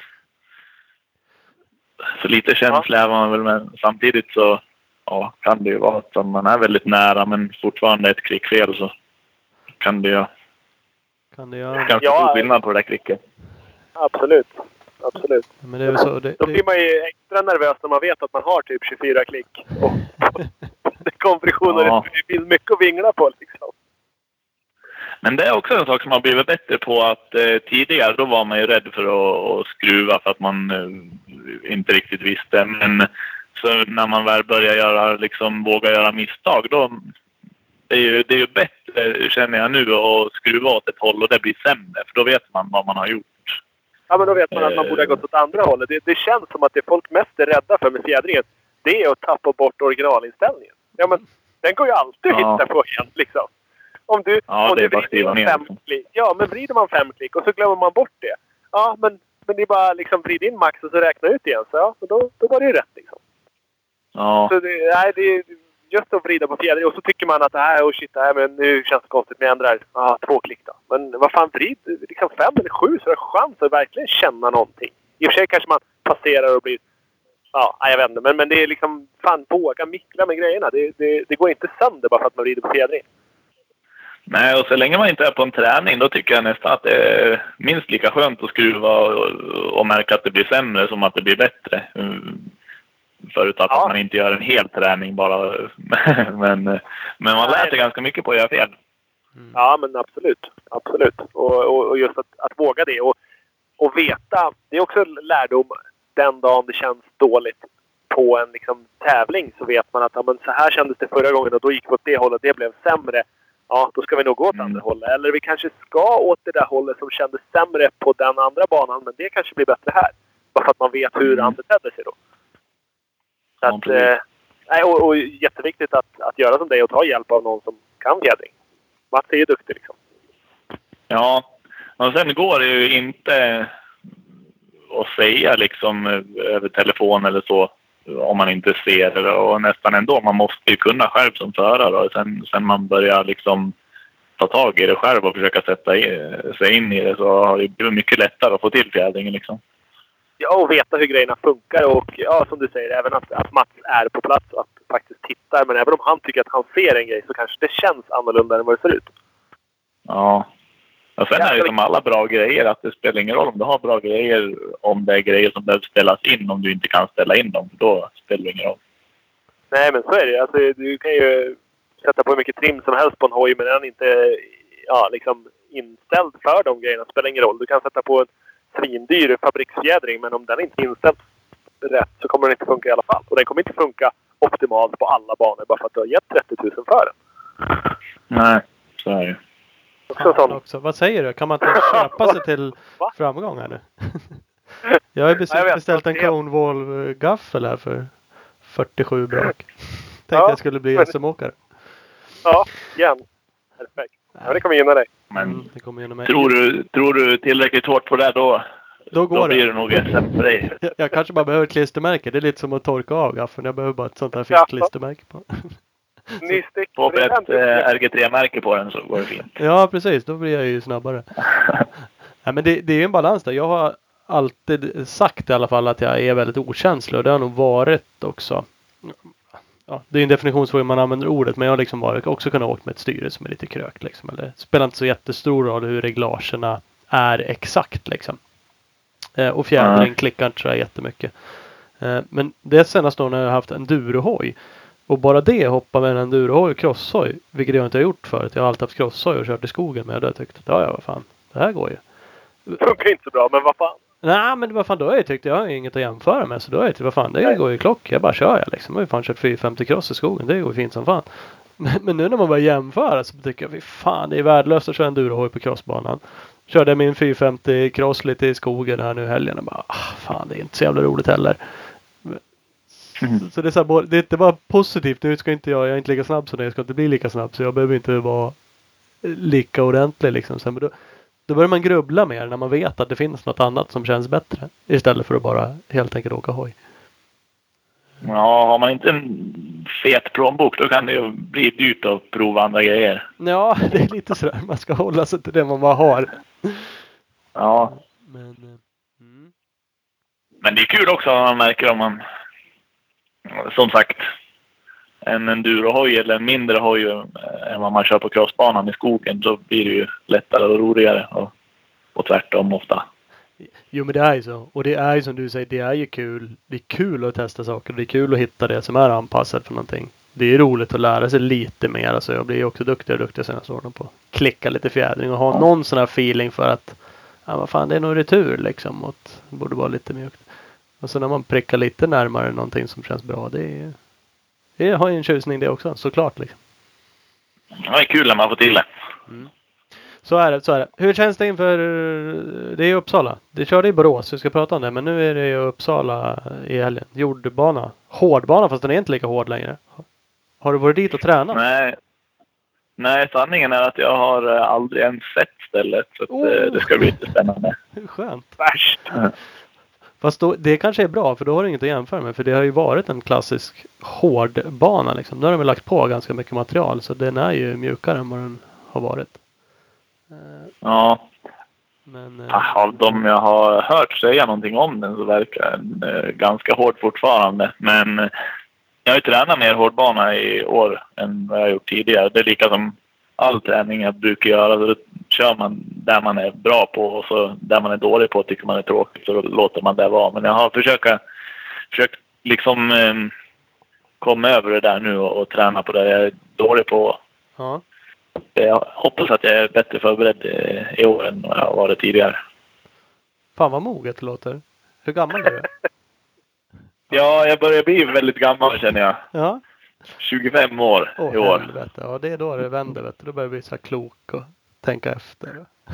så lite känslig är man väl, men samtidigt så ja, kan det ju vara att man är väldigt nära men fortfarande ett klick fel så kan det ju kan det göra ganska ja, stor skillnad på det där klicket. Absolut. Absolut. Ja, men det är väl så, det, Då blir man ju extra nervös när man vet att man har typ tjugofyra klick. Och det är kompressioner. Ja. Det finns mycket att vingla på liksom. Men det är också en sak som har blivit bättre på att eh, tidigare då var man ju rädd för att, att skruva för att man eh, inte riktigt visste. Men så när man väl börjar göra, liksom våga göra misstag då det är ju, det är ju bättre känner jag nu att skruva åt ett håll och det blir sämre. För då vet man vad man har gjort. Ja, men då vet man att man borde ha gått åt andra hållet. Det, det känns som att det folk mest är rädda för med fjädringen, det är att tappa bort originalinställningen. Ja, men den går ju alltid att ja. hitta på igen, liksom. Om du, ja, om det du är bara skriva ner. fem klick, ja, men vrider man fem klick och så glömmer man bort det. Ja, men, men det är bara liksom vrid in max och så räkna ut igen. Så ja, då, då var det ju rätt, liksom. Ja. Så det, nej, det är just att vrida på fjädring. Och så tycker man att det här, oh shit, det här, men nu känns det konstigt med ändrar. Ja, två klick då. Men vad fan, vrid liksom fem eller sju så är det chans att verkligen känna någonting. I och för sig kanske man passerar och blir... Ja, jag vet inte. Men, men det är liksom, fan, våga mickla med grejerna. Det, det, det går inte sönder bara för att man vrider på fjädring. Nej, och så länge man inte är på en träning då tycker jag nästan att det är minst lika skönt att skruva och, och märka att det blir sämre som att det blir bättre. Förutsatt ja. Att man inte gör en hel träning bara. men, men man lär sig ganska mycket på att göra fel. Mm. Ja, men absolut. Absolut. Och, och, och just att, att våga det. Och, och veta. Det är också lärdom. Den dagen det känns dåligt på en liksom, tävling så vet man att ja, men så här kändes det förra gången och då gick vi åt det hållet. Det blev sämre. Ja, då ska vi nog gå åt mm. andra hållet. Eller vi kanske ska åt det där hållet som kändes sämre på den andra banan. Men det kanske blir bättre här. Bara för att man vet hur mm. han betedde sig då. Så att, eh, nej, och, och jätteviktigt att, att göra som dig och ta hjälp av någon som kan fjädring. Mats är ju duktig liksom. Ja, och sen går det ju inte att säga liksom över telefon eller så om man inte ser det. Och nästan ändå, man måste ju kunna själv som förare. Och sen, sen man börjar liksom ta tag i det själv och försöka sätta i, sig in i det så har det blivit mycket lättare att få till fjädringen liksom. Ja, och veta hur grejerna funkar. Och ja, som du säger, även att, att Mats är på plats och att faktiskt tittar. Men även om han tycker att han ser en grej så kanske det känns annorlunda än vad det ser ut. Ja. Och sen är det ju som alla bra grejer att det spelar ingen roll om du har bra grejer, om det är grejer som behöver ställas in, om du inte kan ställa in dem. Då spelar det ingen roll. Nej, men så är det. Alltså, du kan ju sätta på hur mycket trim som helst på en hoj, men den är inte ja, liksom inställd för de grejerna. Det spelar ingen roll. Du kan sätta på en svindyr fabriksfjädring, men om den inte är inställd rätt så kommer den inte funka i alla fall. Och den kommer inte funka optimalt på alla banor bara för att du har gett trettio tusen för den. Nej, så är det. Också sån... också. Vad säger du? Kan man inte köpa sig till framgång här nu? Jag har beställt, jag beställt en Conewall gaffel här för fyrtiosju brak. Tänkte ja, jag skulle bli men... S M-åkare. Ja, igen. Perfekt. Ja, det kommer gynna dig. Men mm, det kommer gynna mig. Tror, du, tror du tillräckligt hårt på det då? Då går då det. blir det nog S M för dig. Jag, jag kanske bara behöver ett klistermärke. Det är lite som att torka av gaffeln. Jag behöver bara ett sånt här fint klistermärke på. Ny stick. Få ett äh, R G tre-märke på den så går det fint. Ja, precis. Då blir jag ju snabbare. Nej, men det, det är ju en balans där. Jag har alltid sagt i alla fall att jag är väldigt okänslig. Och det har nog varit också. Ja, det är en definitionsfråga man använder ordet. Men jag har liksom varit, också kunnat åka med ett styre som är lite krökt. Liksom, eller spelar inte så jättestor roll hur reglagerna är exakt. Liksom. Eh, och fjädring mm. klickar inte så här jättemycket. Eh, men det senaste år när jag har haft en endurohoj. Och bara det hoppa med en endurohoj och crosshoj. Vilket jag inte har gjort förut. Jag har alltid haft crosshoj och kört i skogen. Men jag har tyckt att ja, ja, vad fan. Det här går ju. Det funkar inte så bra, men vad fan. Nej, men vad fan, då har jag tyckt jag har inget att jämföra med. Så då är det vad fan, det Nej. går ju klock. Jag bara kör jag liksom. Jag har ju fan kört fyrahundrafemtio cross i skogen. Det går ju fint som fan. Men, men nu när man börjar jämföra så tycker jag, fy fan, det är värdelöst att köra endurohoj på crossbanan. Körde min fyrahundrafemtio cross lite i skogen här nu helgen och bara, ah, fan, det är inte så jävla roligt heller. Mm. Så, så det är så här, det är inte bara positivt. Nu ska inte jag, jag är inte lika snabb som det. Jag ska inte bli lika snabb. Så jag behöver inte vara lika ordentlig liksom. Så, men då, då börjar man grubbla mer när man vet att det finns något annat som känns bättre. Istället för att bara helt enkelt åka hoj. Ja, har man inte en fet plånbok då kan det ju bli dyrt att prova andra grejer. Ja, det är lite sådär. Man ska hålla sig till det man bara har. Ja. Men, mm. Men det är kul också när man märker om man, som sagt, en endurohoj eller en mindre hoj än vad man kör på crossbanan i skogen, så blir det ju lättare och roligare och, och tvärtom ofta. Jo, men det är ju så. Och det är ju som du säger, det är ju kul. Det är kul att testa saker. Det är kul att hitta det som är anpassat för någonting. Det är roligt att lära sig lite mer. Alltså jag blir ju också duktigare och duktigare senaste åren på att klicka lite fjädring och ha ja. någon sån här feeling för att ja, vad fan, det är nog retur liksom. Och det borde vara lite mjukt. Och så när man prickar lite närmare någonting som känns bra, det är det har ju en tjusning det också, såklart liksom. Ja, det är kul när man får till det. Mm. Så är det, så är det. Hur känns det inför, det är ju Uppsala. Det körde i Borås, vi ska prata om det. Men nu är det ju Uppsala i helgen. Jordbana. Hårdbana, fast den är inte lika hård längre. Har du varit dit och tränat? Nej. Nej, sanningen är att jag har aldrig ens sett stället. Så oh. att, det ska bli lite spännande. Hur skönt. Värst. Fast då, det kanske är bra, för då har du inget att jämföra med. För det har ju varit en klassisk hård bana liksom. Nu har de väl lagt på ganska mycket material. Så den är ju mjukare än vad den har varit. Ja. Men, äh, av de jag har hört säga någonting om den så verkar den äh, ganska hård fortfarande. Men äh, jag har ju tränat mer hårdbana i år än vad jag har gjort tidigare. Det är lika som all träning jag brukar göra. Så då kör man där man är bra på och så där man är dålig på tycker man är tråkigt så då låter man det vara. Men jag har försökt, försökt liksom äh, komma över det där nu och, och träna på det jag är dålig på. Ja. Jag hoppas att jag är bättre förberedd i år än vad jag har varit tidigare. Fan vad moget det låter. Hur gammal är du? Ja, jag börjar bli väldigt gammal känner jag. Ja. tjugofem år Åh, i år. Helvete. Ja, det är då det vänder. Vet du. Då börjar jag bli så här klok och tänka efter.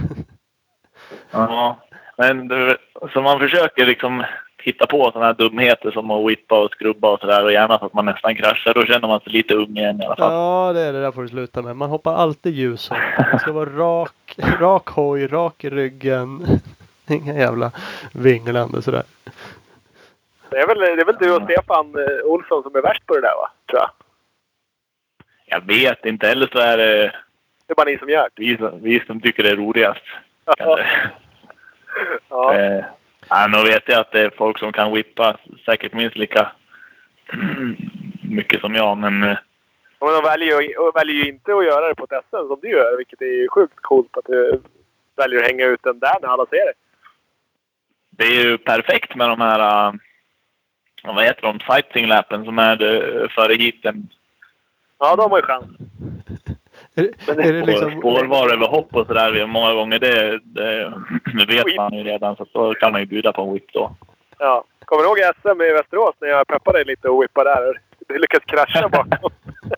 Ja, men så man försöker liksom hitta på sådana här dumheter som att whippa och skrubba och sådär och gärna så att man nästan kraschar. Då känner man sig lite ung igen i alla fall. Ja, det är det där får du sluta med. Man hoppar alltid ljus. Man ska vara rak, rak hoj, rak i ryggen. Inga jävla vinglande sådär. Det är väl, det är väl du och Stefan Olsson som är värst på det där, va? Tror jag. Jag vet inte. Eller så är det... Det är bara ni som gör det. Vi, vi som tycker det är roligast. Ja. Ja. Eh. Ja, nu vet jag att det är folk som kan whippa säkert minst lika mycket som jag, men... men de väljer ju, väljer ju inte att göra det på testen som du gör, vilket är sjukt coolt att du väljer att hänga ut den där när alla ser det. Det är ju perfekt med de här... Uh, vad heter de? Sighting-lappen som är det, före heaten. Ja, de har ju chans. är, är det liksom... Spårvar över hopp och sådär många gånger, det, det, det vet man ju redan. Så då kan man ju bjuda på en whip då. Ja. Kommer du ihåg S M i Västerås när jag peppade dig lite och whippade där? Du lyckades krascha bakom.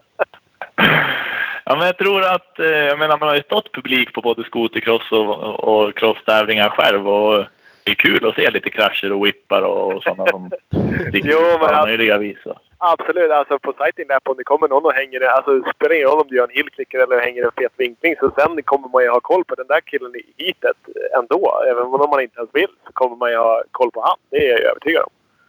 Ja, men jag tror att... Jag menar, man har ju stått publik på både skotercross och, och crosstävlingar själv. Och det är kul att se lite krascher och whippar och sådana som sticker ut på alla möjliga vis. Absolut, alltså på sighting lap om det kommer någon och hänger, alltså det spelar ingen roll om du gör en hillklicker eller hänger en fet vinkling, så sen kommer man ju ha koll på den där killen i heatet ändå. Även om man inte ens vill så kommer man ju ha koll på han, det är jag övertygad om.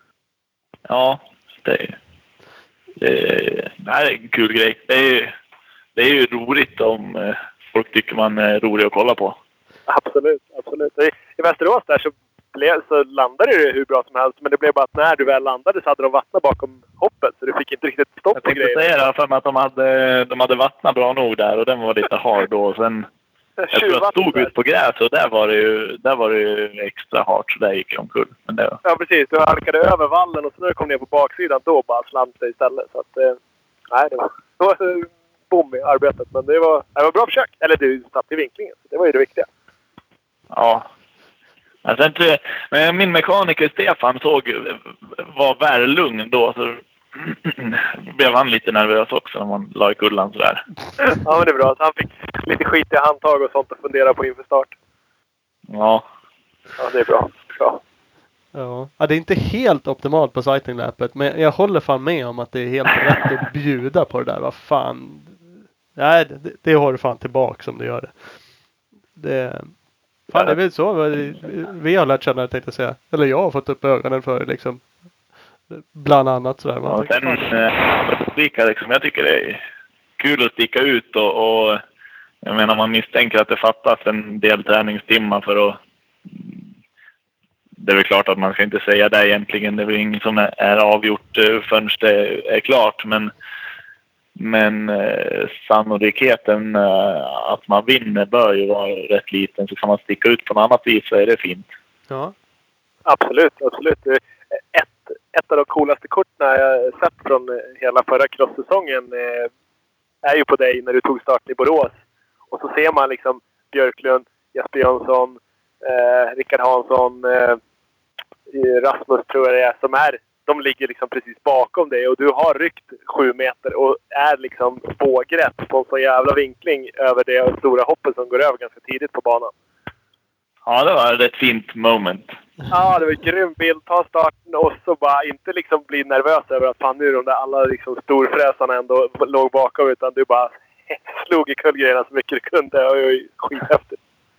Ja, det är, det är, det är en kul grej. Det är, det är ju roligt om folk tycker man är rolig att kolla på. Absolut, absolut. I Västerås där så så landade det hur bra som helst, men det blev bara att när du väl landade så hade de vattnat bakom hoppet, så du fick inte riktigt stopp på grejen. Jag tänkte säga det, för att de hade, de hade vattnat bra nog där och den var lite hard då. Och sen, jag tror jag stod ut på gräs och där var det ju, där var det ju extra hårt, så där gick jag omkull. Men det var... Ja, precis. Du halkade över vallen och så när du kom ner på baksidan då bara slant det istället. Så att, eh, nej, det var, det var bom i arbetet, men det var, det var bra försök. Eller du satt i vinklingen, så det var ju det viktiga. Ja. Alltså, inte, men min mekaniker Stefan såg var väl lugn då, så blev han lite nervös också när man la i kullan sådär. Ja, men det är bra. Så han fick lite skit i handtag och sånt att fundera på inför start. Ja. Ja, det är bra. bra. Ja. Ja, det är inte helt optimalt på sighting-lappet, men jag håller fan med om att det är helt rätt att bjuda på det där. Vad fan. Nej, det, det har du fan tillbaka som du gör det. Det... Fan, det är väl så vi, vi har lärt känna det, tänkte jag säga. Eller jag har fått upp ögonen för liksom. Bland annat sådär. Man ja, sen äh, sticka, liksom, jag tycker det är kul att sticka ut och, och jag menar man misstänker att det fattas en del träningstimmar för att... Det är väl klart att man ska inte säga det egentligen. Det är väl inget som är avgjort förrän det är klart, men Men eh, sannolikheten eh, att man vinner bör ju vara rätt liten. Så kan man sticka ut på något annat vis så är det fint. Ja. Absolut, absolut. Ett, ett av de coolaste korten jag sett från hela förra cross-säsongen eh, är ju på dig när du tog starten i Borås. Och så ser man liksom Björklund, Jesper Jönsson, eh, Rickard Hansson, eh, Rasmus tror jag det är, som är... De ligger liksom precis bakom dig och du har ryckt sju meter och är liksom vågrätt på en så jävla vinkling över det stora hoppet som går över ganska tidigt på banan. Ja, det var ett fint moment. Ja, det var en grym bild. Ta starten och så bara inte liksom bli nervös över att fan nu de där alla liksom storfräsarna ändå låg bakom, utan du bara slog i kullgrejerna så mycket du kunde. Det var ju skithäftigt.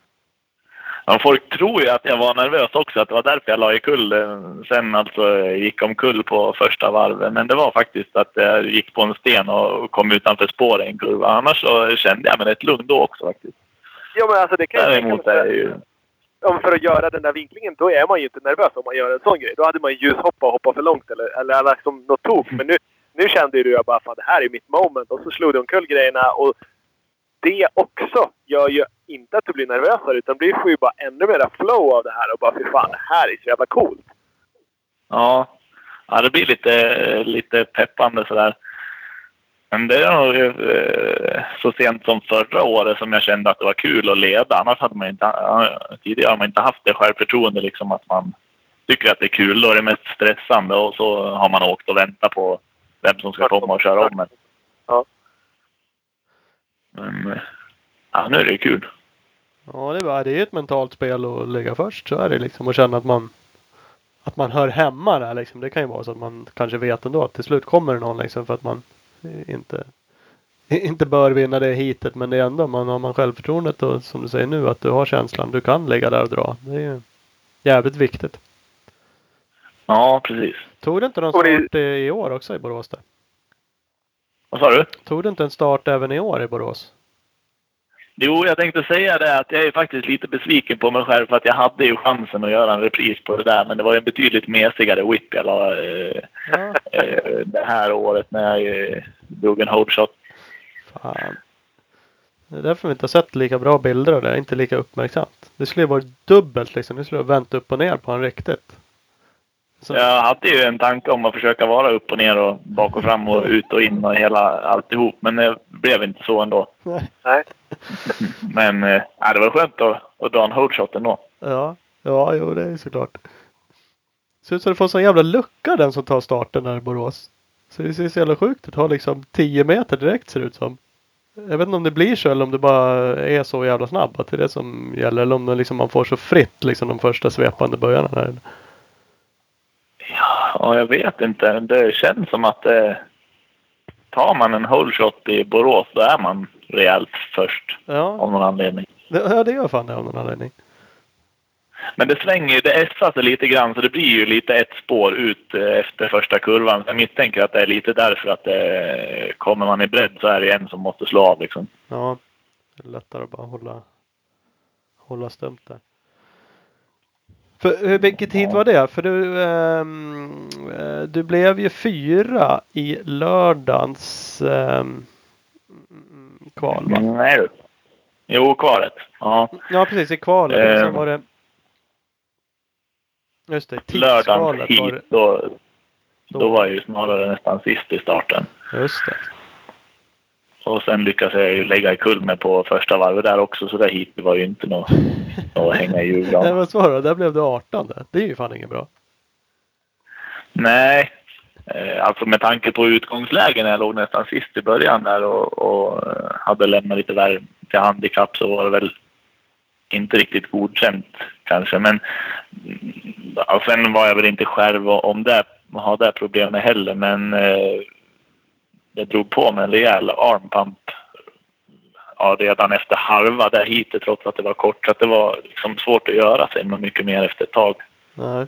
Ja, folk tror ju att jag var nervös också, att det var därför jag la i kull. Sen alltså gick om kull på första varvet. Men det var faktiskt att jag gick på en sten och kom utanför spåret i en kurva. Annars så kände jag mig rätt lugn då också faktiskt. Ja, men alltså det kan Däremot är ju... Om för att göra den där vinklingen, då är man ju inte nervös om man gör en sån grej. Då hade man ju ljushoppa och hoppa för långt eller, eller liksom något tok. Men nu, nu kände ju du jag bara, fan det här är mitt moment. Och så slog du omkull grejerna och det också gör ju inte att du blir nervösare, utan det får ju bara ännu mer flow av det här och bara för fan, det här är så jävla coolt. Ja, ja det blir lite, lite peppande sådär. Men det är nog eh, så sent som förra året som jag kände att det var kul att leda. Annars hade man inte, tidigare har man inte haft det självförtroende liksom att man tycker att det är kul. Då är det mest stressande och så har man åkt och väntat på vem som ska komma och köra om en. Ja. Men ja, nu är det kul. Ja, det är bara, det är ett mentalt spel att ligga först, så är det liksom, och känna att man att man hör hemma där liksom. Det kan ju vara så att man kanske vet ändå att till slut kommer det någon liksom, för att man inte inte bör vinna det hitet, men det är ändå, man har man självförtroendet och som du säger nu, att du har känslan, du kan ligga där och dra. Det är ju jävligt viktigt. Ja, precis. Tog du inte någon start i år också i Borås där? Vad sa du? Tog du inte en start även i år i Borås? Jo, jag tänkte säga det att jag är faktiskt lite besviken på mig själv för att jag hade ju chansen att göra en repris på det där. Men det var ju en betydligt mesigare whip jag la eh, Ja. eh, det här året när jag eh, drog en hold shot. Fan. Det är därför vi inte har sett lika bra bilder och det är inte lika uppmärksamt. Det skulle ju varit dubbelt liksom. Det skulle ha vänt upp och ner på en riktigt. Så. Jag hade ju en tanke om att försöka vara upp och ner och bak och fram och ut och in och hela alltihop. Men det blev inte så ändå. Nej. Nej. Men äh, det var skönt att, att dra en hold shot ändå. Ja, ja, jo det är såklart. Ser ut som det får en sån jävla lucka den som tar starten där i Borås. Så det ser så jävla sjukt ut. Har liksom tio meter direkt ser det ut som. Jag vet inte om det blir så eller om det bara är så jävla snabbt att det är det som gäller. Eller om det liksom man får så fritt liksom de första svepande böjarna där. Ja, jag vet inte. Det känns som att eh, tar man en hold shot i Borås då är man rejält först. Ja. Av någon anledning. Det, ja, det gör fan det av någon anledning. Men det svänger, det ässar sig lite grann så det blir ju lite ett spår ut efter första kurvan. Jag misstänker att det är lite därför att det, kommer man i bredd så är det en som måste slå av liksom. Ja, det är lättare att bara hålla, hålla stumt där. För vilket hit var det? För du, ähm, du blev ju fyra i lördagens ähm, kval va? Nej du. Jo, kvalet. Ja, ja precis i kvalet. Eh, Sen var det just det, lördagens hit var det, då, då var jag ju snarare nästan sist i starten. Just det. Och sen lyckades jag ju lägga i kull med på första varvet där också. Så där hit var ju inte något, något att hänga i julgran. Nej men så då, där blev du arton där. Det är ju fan inget bra. Nej, eh, alltså med tanke på utgångslägen när jag låg nästan sist i början där och, och hade lämnat lite värre till handikapp så var det väl inte riktigt godkänt kanske. Men ja, sen var jag väl inte själv om det, ha det problemet heller. Men eh, det drog på med en rejäl armpump ja, redan efter halva där hitet trots att det var kort. Så att det var liksom svårt att göra sig mycket mer efter ett tag. Nej.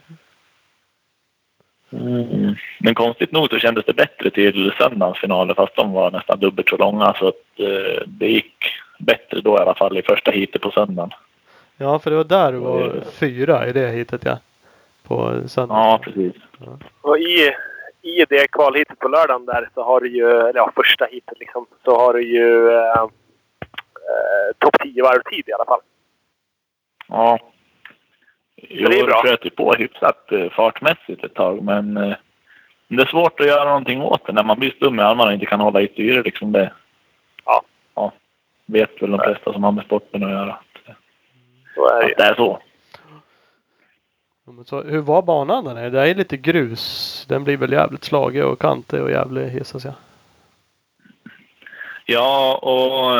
Mm. Men konstigt nog så kändes det bättre till söndagens finaler fast de var nästan dubbelt så långa. Så att eh, det gick bättre då i alla fall i första hitet på söndagen. Ja, för det var där du var fyra i det hitet ja. På söndagen. Ja, precis. Ja. Och i, i det kvalhitet på lördagen där så har du ju, eller ja, första hitet liksom, så har du ju eh, eh, topp tio varvtid i alla fall. Ja. Jo, det är bra. Jag flöt ju på hyfsat eh, fartmässigt ett tag men eh, det är svårt att göra någonting åt det när man blir stum med armarna och inte kan hålla i styre liksom det. Ja. Ja. Vet väl de flesta som har med sporten att göra. Så är det ju. Att det är så. Så hur var banan där nere? Det är lite grus. Den blir väl jävligt slagig och kantig och jävligt hissas jag. Ja, och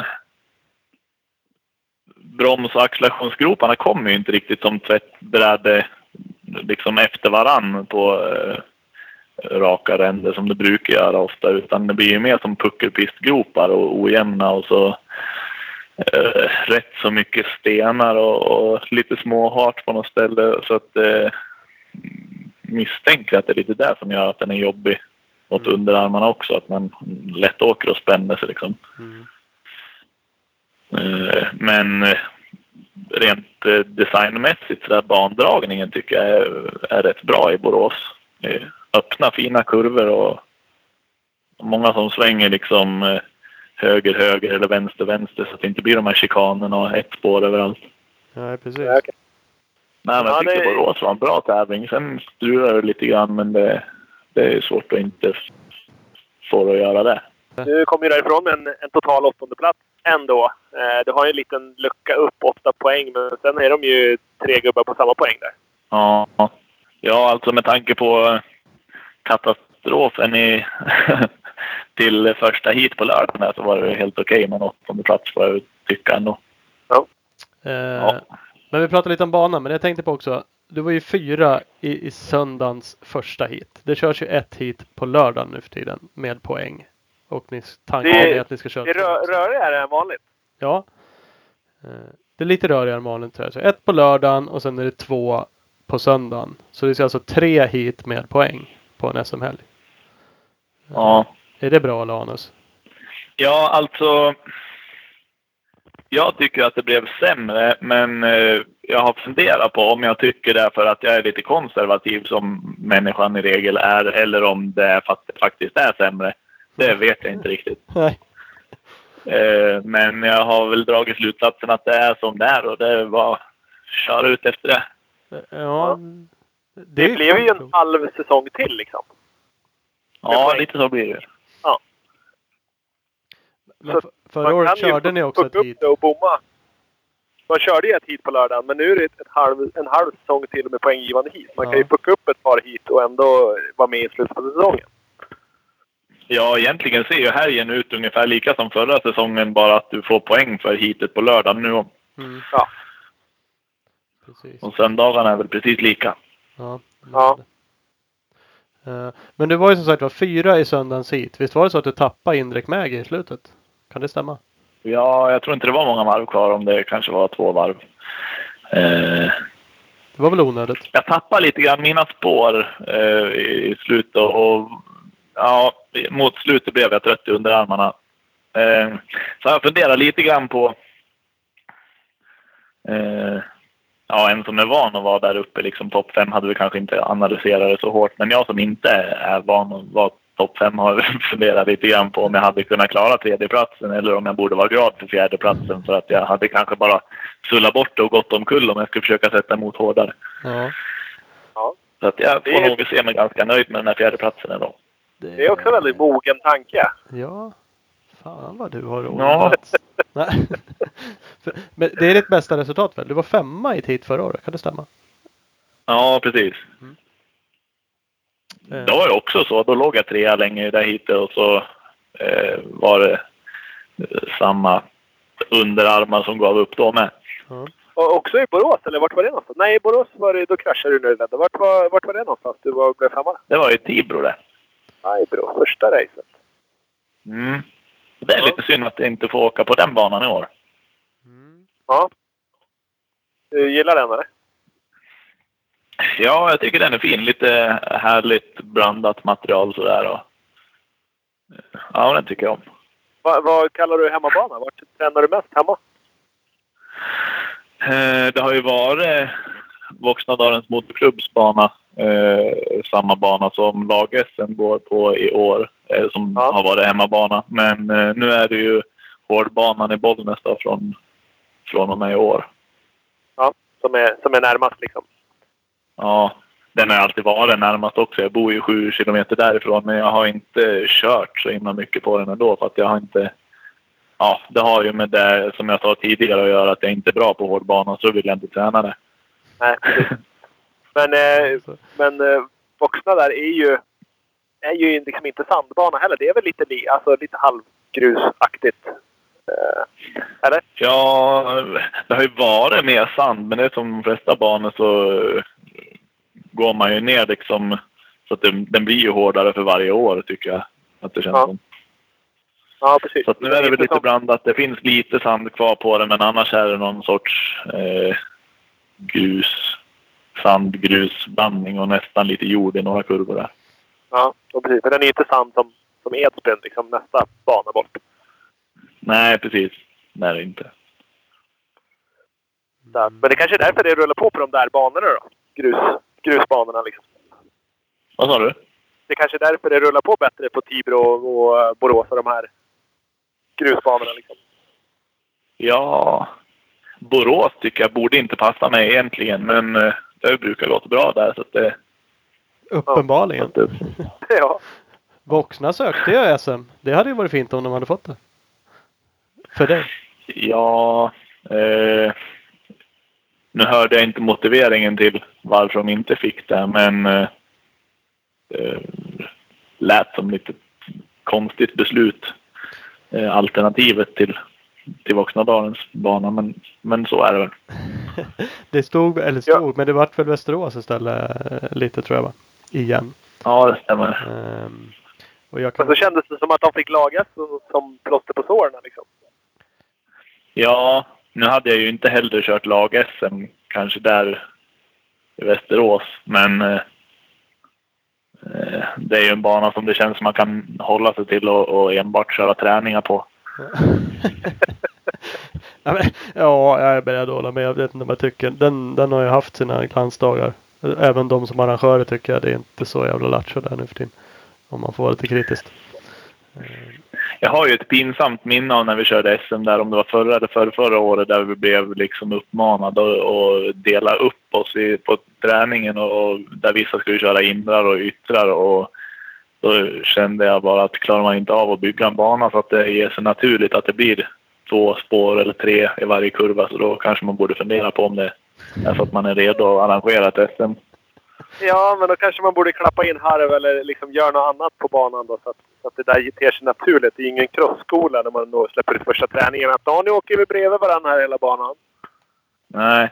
broms- och accelerationsgroparna kommer ju inte riktigt som tvättbräde liksom efter varann på eh, raka ränder som det brukar göra ofta. Utan det blir ju mer som puckelpistgropar och ojämna och så eh, rätt så mycket stenar och, och lite småhart på något ställe. Så att eh, misstänker att det är lite där som gör att den är jobbig åt mm. underarmarna också. Att man lätt åker och spänner sig liksom. Mm. Eh, men eh, rent eh, designmässigt så där bandragningen tycker jag är, är rätt bra i Borås. Eh, öppna fina kurvor och många som svänger liksom eh, höger, höger eller vänster, vänster så att det inte blir de här chikanerna och ett spår överallt. Ja, precis. Ja, okay. Nej, men jag tyckte det... Borås var en bra tävling. Sen strular det lite grann men det, det är svårt att inte få att göra det. Du kom ju därifrån med en, en total åttonde plats ändå. Eh, du har ju en liten lucka upp, åtta poäng, men sen är de ju tre gubbar på samma poäng där. Ja, ja alltså med tanke på katastrofen i till första hit på lördagen där så var det helt okej okay med en åttonde plats får jag tycka ändå. Ja. Eh, ja. Men vi pratade lite om banan, men jag tänkte på också, du var ju fyra i, i söndagens första hit. Det körs ju ett hit på lördagen nu för tiden med poäng. Och ni, tanken det, är att ni ska köra... Det är rö- rörigare än vanligt. Ja. Det är lite rörigare än vanligt tror jag. Så ett på lördagen och sen är det två på söndagen. Så det är alltså tre hit med poäng på en S M-helg. Ja. Är det bra, Lanus? Ja, alltså... Jag tycker att det blev sämre, men eh, jag har funderat på om jag tycker det för att jag är lite konservativ som människan i regel är, eller om det är för att det faktiskt är sämre. Det vet jag inte riktigt. Nej. Eh, men jag har väl dragit slutsatsen att det är som det är, och det var köra ut efter det. Ja. Det, det blev ju en halv säsong till liksom. Ja, lite så blir det. Ja. Men för, förra året körde ni också ett hit. Och bomma. Man körde ju ett hit på lördagen, men nu är det ett halv, en halv säsong till med poänggivande hit. Man ja. kan ju pucka upp ett par hit och ändå vara med i slutet på säsongen. Ja, egentligen ser ju helgen ut ungefär lika som förra säsongen, bara att du får poäng för hitet på lördagen nu. Mm. Ja. Precis. Och söndagarna är väl precis lika. Ja. Ja. Uh, men det var ju som sagt var fyra i söndagens hit. Visst var det så att du tappade Indrek Mägi i slutet? Kan det stämma? Ja, jag tror inte det var många varv kvar, om det kanske var två varv. Uh, det var väl onödigt? Jag tappade lite grann mina spår uh, i slutet och ja, mot slutet blev jag trött under armarna. Uh, så jag funderar lite grann på uh, ja, en som är van att vara där uppe, liksom topp fem, hade vi kanske inte analyserat det så hårt. Men jag som inte är van att vara topp fem har funderat lite grann på om jag hade kunnat klara tredjeplatsen eller om jag borde vara glad för fjärdeplatsen. För att jag hade kanske bara sullat bort det och gått omkull om jag skulle försöka sätta emot hårdare. Ja. Ja. Så att jag får är... nog se mig ganska nöjd med den här fjärdeplatsen ändå. Det... det är också en väldigt mogen tanke. Ja. Fan vad du har råd. Ja. Men det är ditt bästa resultat väl? Du var femma i tid förra året, kan det stämma? Ja, precis. Mm. Det var ju också så. Då låg jag trea länge där hitet och så eh, var det samma underarmar som gav upp då med. Mm. Och också i Borås, eller vart var det någonstans? Nej, i Borås var det, då kraschade du nu. Vart var, vart var det någonstans? Du var blev femma? Det var ju Tibro det. Nej, bra. Första racet. Mm. Det är lite synd att jag inte får åka på den banan i år. Mm. Ja. Du gillar den, eller? Ja, jag tycker den är fin. Lite härligt blandat material sådär. Och... ja, den tycker jag om. Va, vad kallar du hemmabana? Vart tränar du mest hemma? Eh, det har ju varit Voxnadalens motorklubbs bana. Eh, samma bana som lag-S M går på i år. Eh, som ja. har varit hemmabana. Men eh, nu är det ju hårdbanan i Bollnäs då, från, från och med i år. Ja, som är, som är närmast liksom. Ja, den har alltid varit närmast också. Jag bor ju sju kilometer därifrån, men jag har inte kört så himla mycket på den ändå. För att jag har inte... ja, det har ju med det som jag sa tidigare att göra, att jag inte är bra på hårdbanan, så vill jag inte träna det. Nej, men, eh, men eh, Voxna där är ju, är ju liksom inte sandbana heller. Det är väl lite, alltså, lite halvgrusaktigt. Eh, eller? Ja, det har ju varit mer sand, men det är som de flesta banor så går man ju ner liksom, så att den, den blir ju hårdare för varje år, tycker jag att det känns ja. som. Ja, precis. Så att nu är det väl lite blandat. Det finns lite sand kvar på det, men annars är det någon sorts eh, grus, sandgrusblandning och nästan lite jord i några kurvor där. Ja, precis. Men den är inte sand som, som Edsbyn, liksom nästa bana bort. Nej, precis. Nej, det är inte. Där. Men det kanske är därför det rullar på på de där banorna då? Grus, grusbanorna liksom. Vad sa du? Det kanske är därför det rullar på bättre på Tibro och Borås och de här grusbanorna liksom. Ja, Borås tycker jag borde inte passa mig egentligen, men det brukar låta bra där, så att det... uppenbarligen. Ja. Ja. Voxna sökte ju S M. Det hade ju varit fint om de hade fått det. För dig. Ja, eh, nu hörde jag inte motiveringen till varför de inte fick det, men eh, eh, lät som lite konstigt beslut. Eh, alternativet till, till Voxnadalens bana, men, men så är det väl. Det stod, eller stod, ja. men det var för Västerås istället lite, tror jag, va? Igen. Ja, det stämmer. Um, och jag kan... Men så kändes det som att de fick lagas som plåster på såren liksom. Ja, nu hade jag ju inte heller kört lag-S M kanske där i Västerås, men eh, det är ju en bana som det känns som man kan hålla sig till och, och enbart köra träningar på. Ja, men, ja, jag är beredd att hålla med. Jag vet inte om jag tycker. Den, den har ju haft sina glansdagar. Även de som arrangörer tycker jag det är inte så jävla lattjo där nu för tiden. Om man får vara lite kritiskt. Jag har ju ett pinsamt minne av när vi körde S M där, om det var förra eller förra, förra året, där vi blev liksom uppmanade att dela upp oss i, på träningen och, och där vissa skulle köra indrar och yttrar, och då kände jag bara att klarar man inte av att bygga en bana så att det ger sig naturligt att det blir två spår eller tre i varje kurva, så då kanske man borde fundera på om det är så att man är redo att arrangera ett S M. Ja, men då kanske man borde klappa in harv eller liksom göra något annat på banan då, så att, så att det där ter sig naturligt. Det är ingen crossskola när man då släpper ut första träningen. Att då nu åker vi bredvid varandra här hela banan. Nej.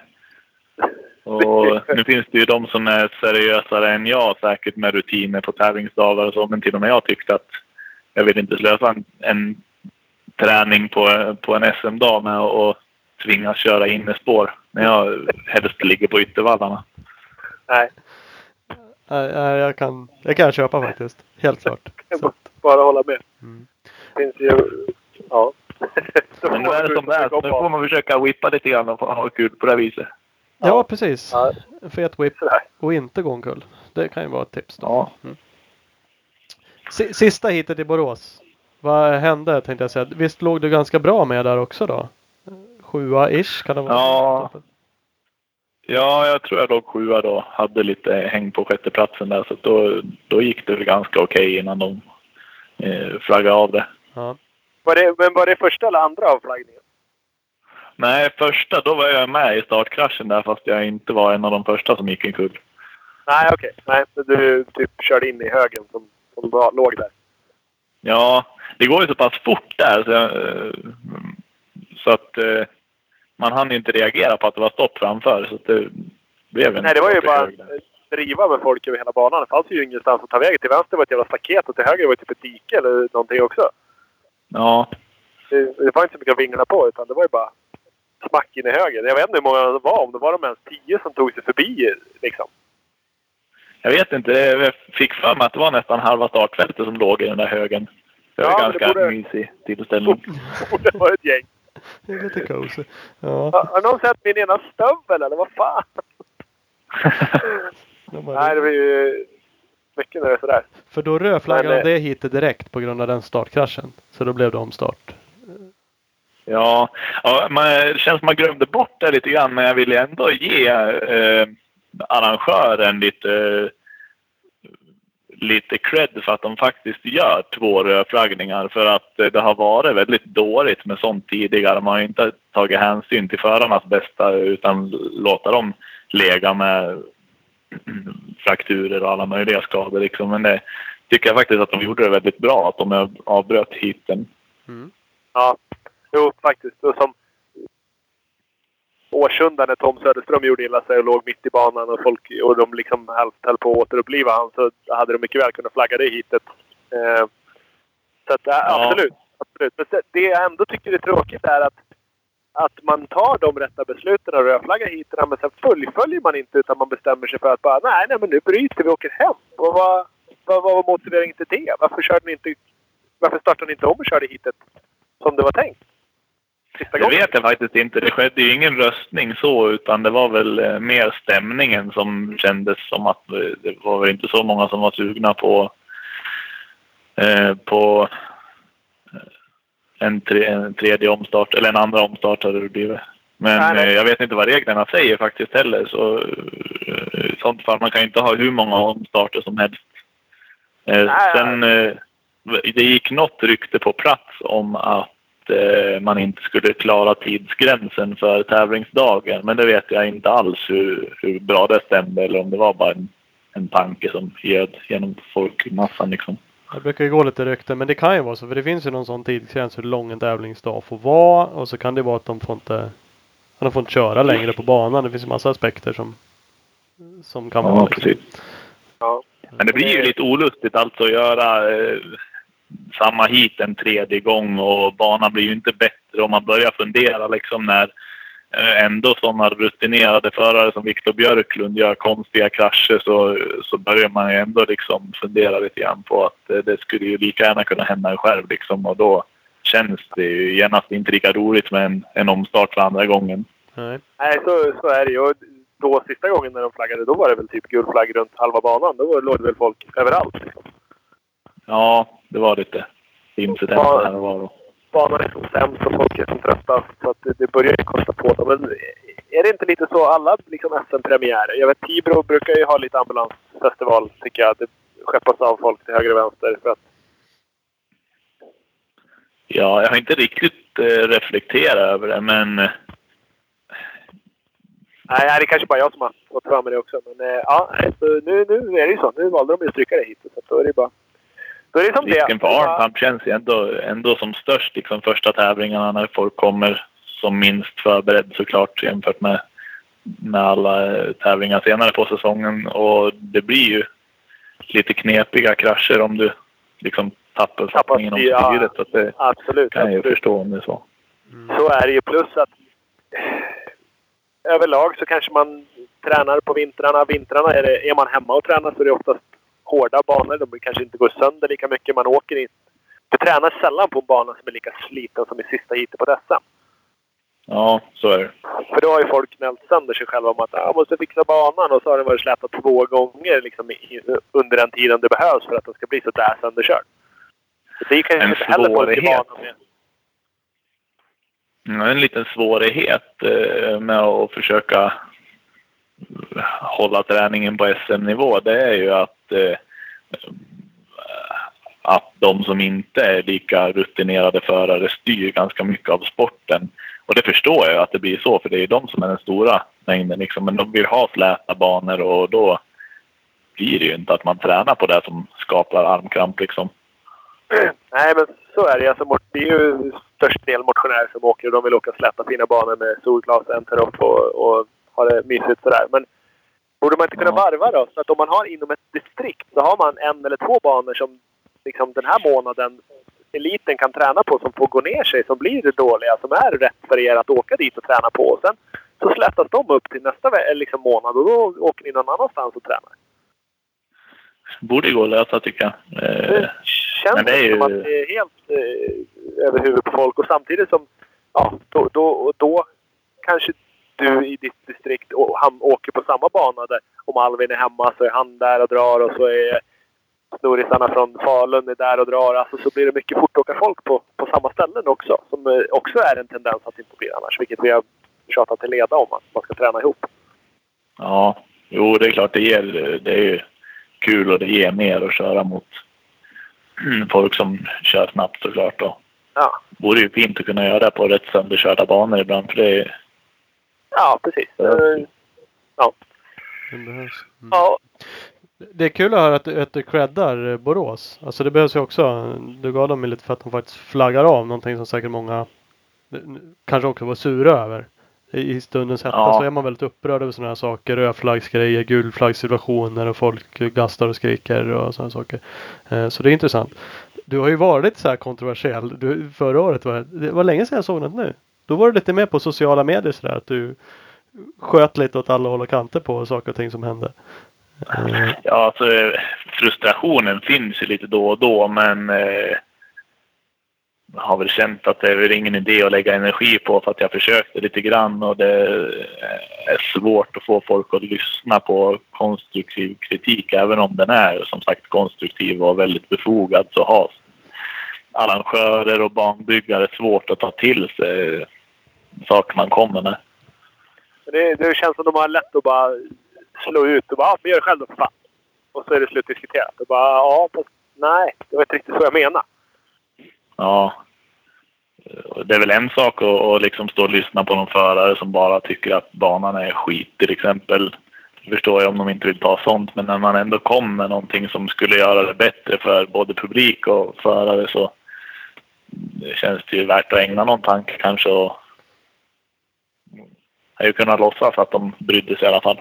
Och nu finns det ju de som är seriösare än jag säkert med rutiner på tävlingsdagar och så, men till och med jag tyckte att jag vill inte slösa en, en träning på, på en S M-dag med att tvingas köra in i spår när jag helst ligger på yttervallarna. Nej. Nej, jag kan, jag kan köpa faktiskt. Helt klart. Så. Bara hålla med. Mm. Det finns ju... Ja. Men nu är det som det är. Nu får man försöka whippa lite grann och ha kul på det viset. Ja, ja precis. Ja. En fet whip och inte gå omkull. Det kan ju vara ett tips då. Ja. Mm. Sista hitet i Borås. Vad hände tänkte jag säga. Visst låg du ganska bra med där också då? Sjua-ish kan det vara? Ja. Ja, jag tror jag låg sjua då. Hade lite häng på sjätteplatsen där. Så då, då gick det väl ganska okej innan de eh, flaggade av det. Ja. Var det. Men var det första eller andra avflaggningen? Nej, första då var jag med i startkraschen där, fast jag inte var en av de första som gick en kull. Nej, okej. Okay. Nej, du typ körde in i högen som, som var, låg där. Ja, det går ju så pass fort där så, jag, så att eh, man hann inte reagera på att det var stopp framför. Så att det blev en... Nej, det var ju bara driva med folk över hela banan. Det fanns ju ingenstans att ta vägen. Till vänster var ett jävla staket och till höger var det typ ett dike eller någonting också. Ja. Det, det var inte så mycket att vingla på, utan det var ju bara smack in i höger. Jag vet inte hur många det var, om det var de ens tio som tog sig förbi liksom. Jag vet inte, jag fick för mig att det var nästan halva startfältet som låg i den där högen. Det var ja, ganska borde... mysig tillställning. Det var ett gäng. Det är lite cozy. Ja. Har, har någon sett min ena stövel eller vad fan? Nej, det var ju mycket när det är sådär. För då rödflaggade Men, det hitet direkt på grund av den startkraschen. Så då blev det omstart. Ja, ja man, det känns som man glömde bort det lite grann, men jag ville ändå ge eh, arrangören lite, eh, lite cred för att de faktiskt gör två rödflaggningar, för att eh, det har varit väldigt dåligt med sånt tidigare. Man har ju inte tagit hänsyn till förarnas bästa utan låta dem lägga med frakturer och alla möjliga skador liksom. Men det tycker jag faktiskt att de gjorde det väldigt bra, att de avbröt hiten. Mm. Ja, jo faktiskt. Och som Årsunda när Tom Söderström gjorde illa sig och låg mitt i banan och folk och de liksom höll, höll på att återuppliva han, så hade de mycket väl kunnat flagga det hitet. Eh, så att, ja, ja. absolut, absolut. Men det jag ändå tycker är tråkigt är att att man tar de rätta besluten och rödflaggar hiterna, men sen fullföljer man inte, utan man bestämmer sig för att bara nej, nej men nu bryter vi och åker hem. Och vad, vad, vad var motiveringen till det? Varför körde ni inte, varför startade ni inte om och körde hitet som det var tänkt? Sista det vet jag faktiskt inte. Det skedde ju ingen röstning så, utan det var väl mer stämningen som kändes som att det var väl inte så många som var sugna på eh, på en, tre, en tredje omstart eller en andra omstart hade det blivit. Men nej, nej. jag vet inte vad reglerna säger faktiskt heller, så i sånt fall man kan inte ha hur många omstarter som helst. Eh, nej, sen eh, det gick något rykte på plats om att eh, man inte skulle klara tidsgränsen för tävlingsdagen, men det vet jag inte alls hur, hur bra det stämde, eller om det var bara en, en tanke som göd genom folkmassan liksom. Det brukar ju gå lite rykten, men det kan ju vara så, för det finns ju någon sån tidsgräns hur lång en tävlingsdag får vara, och så kan det vara att de får inte de får inte köra längre på banan. Det finns ju massa aspekter som som kan vara. Ja, precis. Ja. Men det blir ju lite olustigt alltså att göra eh, samma hit en tredje gång, och banan blir ju inte bättre om man börjar fundera liksom när eh, ändå sådana rutinerade förare som Viktor Björklund gör konstiga krascher, så, så börjar man ju ändå liksom fundera lite grann på att eh, det skulle ju lika gärna kunna hända själv liksom, och då känns det ju genast inte lika roligt med en, en omstart för andra gången. Nej, Nej, så, så är det ju. Och då sista gången när de flaggade, då var det väl typ gul flagg runt halva banan. Då låg det väl folk överallt. Liksom. Ja, det var lite incidenter här och var. Banan är som sämst och folk är som tröttast. Så att det, det börjar ju kosta på dem. Men är det inte lite så alla liksom S M-premiärer? Jag vet, Tibro brukar ju ha lite ambulansfestival, tycker jag. Det skeppas av folk till höger och vänster. För att... Ja, jag har inte riktigt eh, reflekterat över det, men... Eh... Nej, det är kanske bara jag som har fått fram med det också. Men eh, ja, så nu, nu är det ju så. Nu valde de ju att stryka det hit. Så då är det bara... Då är det som Risken det. för Arnhamn känns ju ändå, ändå som störst liksom första tävlingarna när folk kommer som minst förberedd såklart jämfört med, med alla tävlingar senare på säsongen. Och det blir ju lite knepiga krascher om du liksom tappar fattningen om styret. Ja, så att det absolut, kan jag ju absolut. förstå om det är så. Mm. Så är det ju. Plus att överlag så kanske man tränar på vintrarna. Vintrarna är, det, är man hemma och tränar så är det oftast hårda banor. De kanske inte går sönder lika mycket. Man åker in. Du tränar sällan på en bana som är lika sliten som i sista heatet på dessa. Ja, så är det. För då har ju folk knällt sönder sig själva om att jag måste fixa banan. Och så har den varit slätat två gånger liksom, i, under den tiden det behövs för att den ska bli så där sönderkörd. Så det kan ju inte heller folk i banan med. Ja, en liten svårighet eh, med att försöka hålla träningen på S M-nivå, det är ju att eh, att de som inte är lika rutinerade förare styr ganska mycket av sporten. Och det förstår jag att det blir så, för det är ju de som är den stora mängden liksom. Men de vill ha släta banor och då blir det ju inte att man tränar på det som skapar armkramp liksom. Nej, men så är det. Alltså, det är ju störst del motionärer som åker och de vill åka släta fina banor med solglas, enter upp och, och ha det mysigt sådär. Men borde man inte kunna varva då? Så att om man har inom ett distrikt så har man en eller två banor som liksom den här månaden eliten kan träna på som får gå ner sig, som blir det dåliga, som är rätt för er att åka dit och träna på. Och sen så slätas de upp till nästa liksom, månad och då åker ni någon annanstans och tränar. Borde gå att lösa tycker jag. Eh, det känns det är ju... som att det är helt eh, över huvudet på folk. Och samtidigt som, ja, då, då, då kanske du i ditt distrikt och han åker på samma bana där. Om Alvin är hemma så är han där och drar och så är snorisarna från Falun är där och drar. Alltså så blir det mycket fortåka folk på, på samma ställen också. Som också är en tendens att det inte blir annars. Vilket vi har tjatat till leda om att man ska träna ihop. Ja, jo det är klart det ger, det är ju kul och det ger mer att köra mot folk som kör snabbt såklart. Och ja. Det vore ju fint att kunna göra det på rätt sönderkörda banor ibland för det är... Ja, precis. Ja. Ja. det behövs. Mm. Ja. Det är kul att höra att du, att du creddar Borås. Alltså det behövs ju också. Du gav dem lite för att de faktiskt flaggar av någonting som säkert många kanske också var sura över. I stundens hetta ja. så är man väldigt upprörd över sådana här saker. Rödflaggsgrejer, gulflaggssituationer och folk gastar och skriker och sådana saker. Eh, så det är intressant. Du har ju varit lite så här kontroversiell. Du, förra året var det var länge sedan jag såg något nu. Då var du lite mer på sociala medier sådär. Att du sköt lite åt alla håll och kanter på saker och ting som hände. Eh. Ja, alltså frustrationen finns ju lite då och då men eh, jag har väl känt att det är väl ingen idé att lägga energi på för att jag försökte lite grann och det är svårt att få folk att lyssna på konstruktiv kritik även om den är som sagt konstruktiv och väldigt befogad så har arrangörer och banbyggare svårt att ta till sig saker man kommer med. Det, det känns som att de har lätt att bara slå ut och bara, ja, men gör det själv då för fan. Och så är det slutdiskuterat. Och bara, ja, fast, nej, det var inte riktigt så jag menar. Ja, det är väl en sak att, att liksom stå och lyssna på någon förare som bara tycker att banan är skit till exempel. Det förstår jag om de inte vill ta sånt, men när man ändå kommer med någonting som skulle göra det bättre för både publik och förare så det känns det ju värt att ägna någon tanke kanske och jag har ju kunnat låtsas att de brydde sig i alla fall.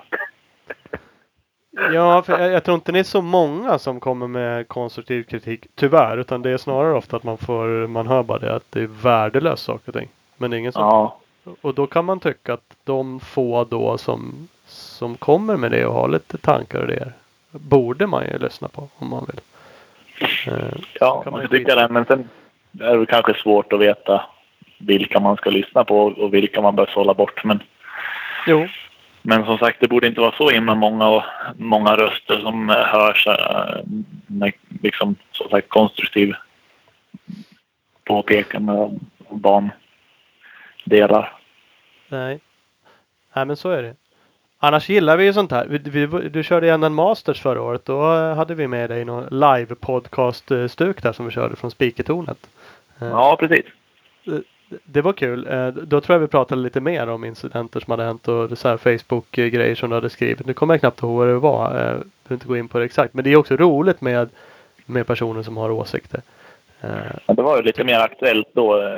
Ja, för jag, jag tror inte det är så många som kommer med konstruktiv kritik, tyvärr. Utan det är snarare ofta att man får, man hör bara det, att det är värdelöst saker och ting. Men det är ingen som... Ja. Och då kan man tycka att de få då som, som kommer med det och har lite tankar och det borde man ju lyssna på om man vill. Eh, ja, man tycker det, men sen det är väl kanske svårt att veta vilka man ska lyssna på och vilka man bör sålla bort. Men, Jo. men som sagt, det borde inte vara så himla många, och många röster som hörs äh, med liksom, så sagt, konstruktiv påpekande av bandelar. Nej. Nej, men så är det. Annars gillar vi ju sånt här. Vi, vi, du körde igen en Masters förra året. Då hade vi med dig i någon live-podcast-stuk där som vi körde från Spikertornet. Ja, precis. Det var kul. Då tror jag vi pratade lite mer om incidenter som hade hänt och så här Facebook-grejer som du hade skrivit. Nu kommer jag knappt ihåg vad det var. Jag behöver inte gå in på det exakt. Men det är också roligt med, med personer som har åsikter. Ja, det var ju lite mer aktuellt då.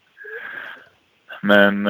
Men...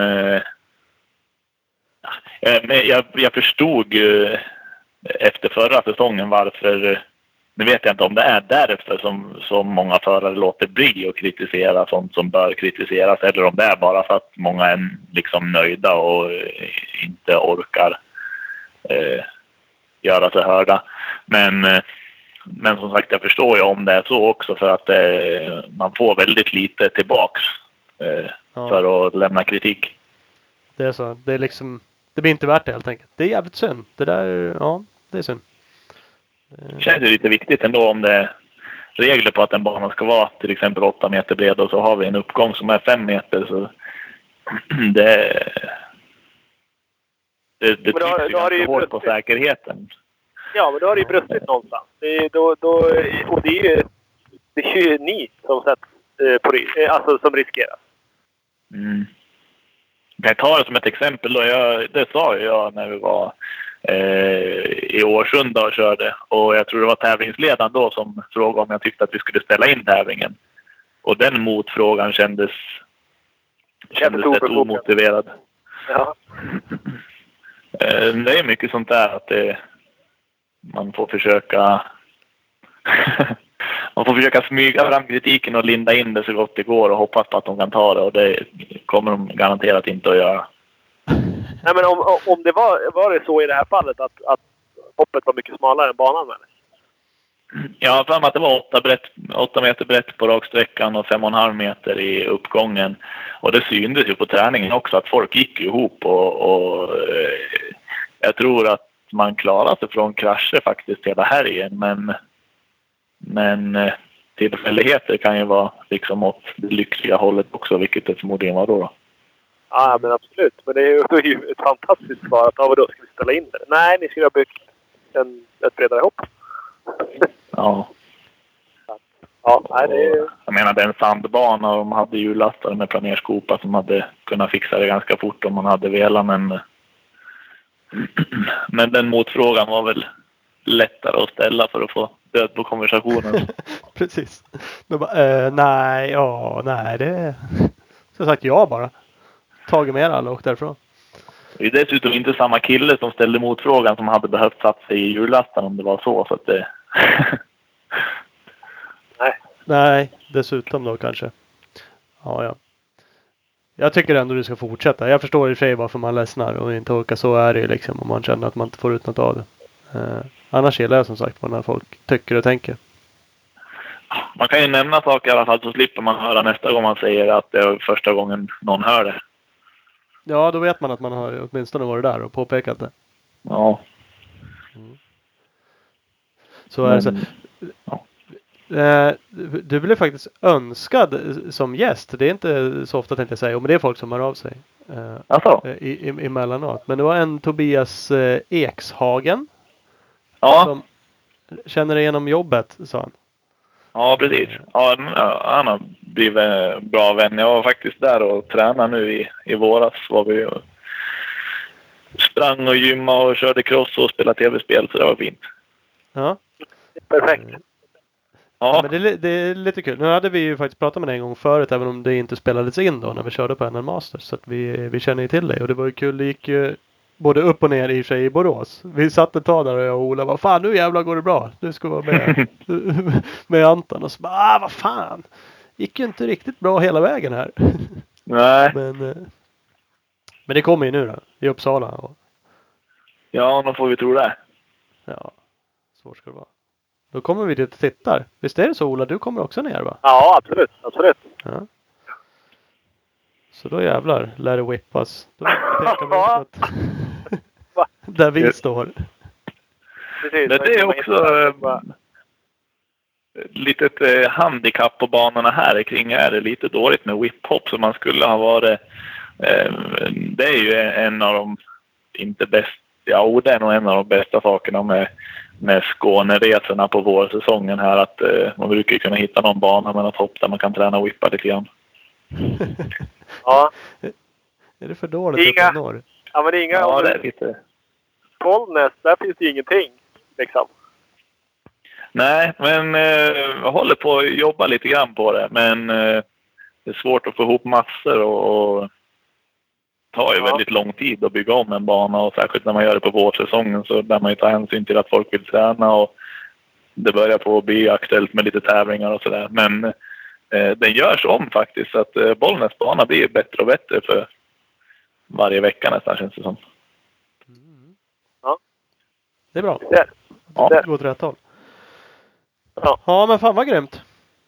Men jag, jag förstod efter förra säsongen varför, nu vet jag inte om det är därför som, som många förare låter bli och kritisera sånt som bör kritiseras, eller om det är bara för att många är liksom nöjda och inte orkar eh, göra sig hörda. Men, men som sagt, jag förstår ju om det är så också, för att eh, man får väldigt lite tillbaks eh, ja. för att lämna kritik. Det är så, det är liksom det blir inte värt det helt enkelt. Det är jävligt synd. Det där, ja, det är synd. Det känns ju lite viktigt ändå om det är regler på att en bana ska vara till exempel åtta meter bred och så har vi en uppgång som är fem meter. Så det det, det trycks ju ganska hårt på säkerheten. Ja, men då har det ju brustit någonstans. Det är, då, då, och det är ju, det är ju ni som sätts på, alltså som riskerar. Mm. Jag tar det som ett exempel då. Jag, det sa jag när vi var eh, i Årsunda och körde. Och jag tror det var tävlingsledaren då som frågade om jag tyckte att vi skulle ställa in tävlingen. Och den motfrågan kändes, kändes rätt omotiverad. Ja. eh, det är mycket sånt där att det, man får försöka man får försöka smyga fram kritiken och linda in det så gott det går och hoppas på att de kan ta det, och det kommer de garanterat inte att göra. Nej, men om, om det var, var det så i det här fallet att, att hoppet var mycket smalare än banan med? Ja, för att det var åtta, brett, åtta meter brett på raksträckan och fem och en halv meter i uppgången. Och det syndes ju på träningen också att folk gick ihop och, och eh, jag tror att man klarar sig från krascher faktiskt hela helgen, men Men eh, tillfälligheter kan ju vara liksom åt det lyckliga hållet också, vilket det förmodligen var då. då. Ja, men absolut. Men det är ju, det är ju ett fantastiskt svar att ja, då ska vi ställa in det. Nej, ni skulle ha byggt en, ett bredare hopp. Ja. Ja, nej, det är... Jag menar, det är en sandbana och de hade ju lastare med planerskopa som hade kunnat fixa det ganska fort om man hade velat, men men den motfrågan var väl lättare att ställa för att få död på konversationen. Precis. Då bara, eh, nej, ja, nej, det så sagt jag bara. Tagit med alla och därifrån. Det är dessutom inte samma kille som ställde motfrågan som hade behövt satt sig i hjullastaren om det var så, så att det... nej. Nej, dessutom då kanske. Ja, ja. Jag tycker ändå du ska fortsätta. Jag förstår i och för sig varför man ledsnar och inte orkar, så är det ju liksom om man känner att man inte får ut något av det. Eh, annars gillar jag som sagt vad när folk tycker och tänker. Man kan ju nämna saker i alla fall, så slipper man höra nästa gång man säger att det är första gången någon hör det. Ja, då vet man att man har åtminstone varit där och påpekat det. Ja. Mm. Så är det så. Ja. Eh, du blev faktiskt önskad som gäst. Det är inte så ofta tänkte jag säga, men det är folk som hör av sig. Eh, alltså. i, i, emellanåt. Men det var en Tobias eh, Ekshagen. Ja. Som känner igenom jobbet, sa han. Ja, precis. Ja, han har blivit en bra vän. Jag var faktiskt där och tränade nu i, i våras. Var vi och sprang och gymma och körde cross och spelade tv-spel, så det var fint. Ja. Perfekt. Ja, men det, det är lite kul. Nu hade vi ju faktiskt pratat med dig en gång förut, även om det inte spelades in då när vi körde på N L Masters. Så att vi, vi känner ju till dig. Och det var ju kul. Det gick ju både upp och ner i sig i Borås. Vi satt ett tag där och jag och Ola var fan, nu jävlar går det bra. Nu ska vi vara med, med Anton. Och så bara, ah, vad fan. Gick ju inte riktigt bra hela vägen här. Nej. Men, men det kommer ju nu då. I Uppsala. Och... Ja, då får vi tro det. Ja, svårt ska det vara. Då kommer vi dit och tittar. Visst är det så, Ola? Du kommer också ner, va? Ja, absolut. Absolut. Ja. Så då jävlar lär det whippas. Då pekar vi ut att där vi står. Precis. Det är också äh, litet äh, handikapp på banorna här kring. Är det lite dåligt med whip-hop som man skulle ha varit. Äh, det är ju en av de inte bästa. Ja, det är nog en av de bästa sakerna med, med Skåneresorna på vårsäsongen här. Att äh, man brukar kunna hitta någon bana med något hopp där man kan träna whippa lite grann. Ja. Är det för dåligt inga, uppe i norr? Ja, men inga... Ja, det är lite... Bollnäs, där finns ju ingenting. Liksom. Nej, men eh, jag håller på att jobba lite grann på det. Men eh, det är svårt att få ihop massor och, och tar ju ja. väldigt lång tid att bygga om en bana. Och särskilt när man gör det på vårsäsongen så där man ju tar hänsyn till att folk vill träna. Och det börjar på att bli aktuellt med lite tävlingar och sådär. Men eh, den görs om faktiskt. Så att eh, Bollnäs bana blir bättre och bättre för varje vecka nästan, känns det som. Mm. Ja. Det är bra. Det, ja, det går åt rätt håll. Ja. ja, men fan vad grymt.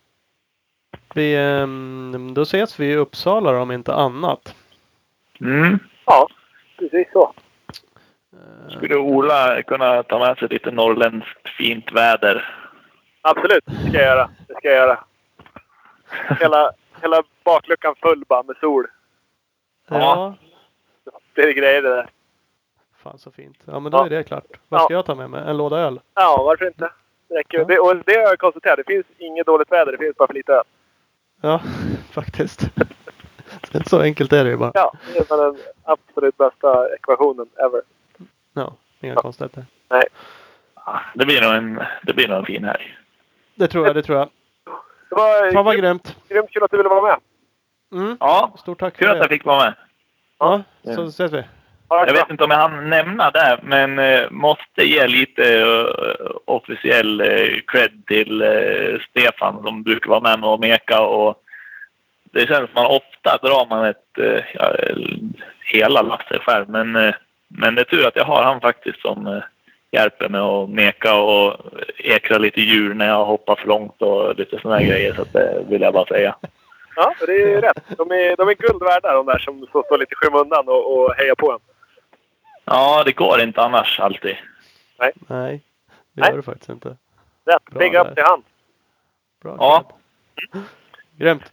Vi, um, då ses vi i Uppsala om inte annat. Mm. Ja, precis så. Skulle Ola kunna ta med sig lite norrländskt fint väder? Absolut, det ska jag göra. Det ska jag göra. Hela, hela bakluckan full bara med sol. Ja. Det är grejer det där. Fan så fint. Ja, men då ja. är det klart. Vad ska ja. jag ta med mig? En låda öl? Ja, varför inte? Det räcker. Ja. Det, och det har jag konstaterat. Det finns inget dåligt väder. Det finns bara för lite öl. Ja, faktiskt. Så enkelt är det ju bara. Ja, det är den absolut bästa ekvationen ever. Ja, inga ja. konstigheter. Nej. Det blir nog en, det blir nog en fin helg. Det tror jag, det tror jag. Det var Fan vad grymt. Grymt kul att du ville vara med. Mm. Ja, stort tack för kul det. att jag fick vara med. Ja, ja. Så ses vi. Jag vet inte om jag hann nämna det, men eh, måste ge lite uh, officiell uh, cred till uh, Stefan som brukar vara med och meka. Och det känns som man ofta drar man ett uh, ja, hela lasset själv. Men, uh, men det är tur att jag har han faktiskt som uh, hjälper mig att meka och ekra lite djur när jag hoppar för långt och lite sådana grejer. Så att det vill jag bara säga. Ja, det är ju rätt. De är, de är guld värda, de där som så står lite skymundan och, och hejar på en. Ja, det går inte annars alltid. Nej. Nej, det Nej. gör det faktiskt inte. Rätt. Big up till han. Bra. Ja. Grymt.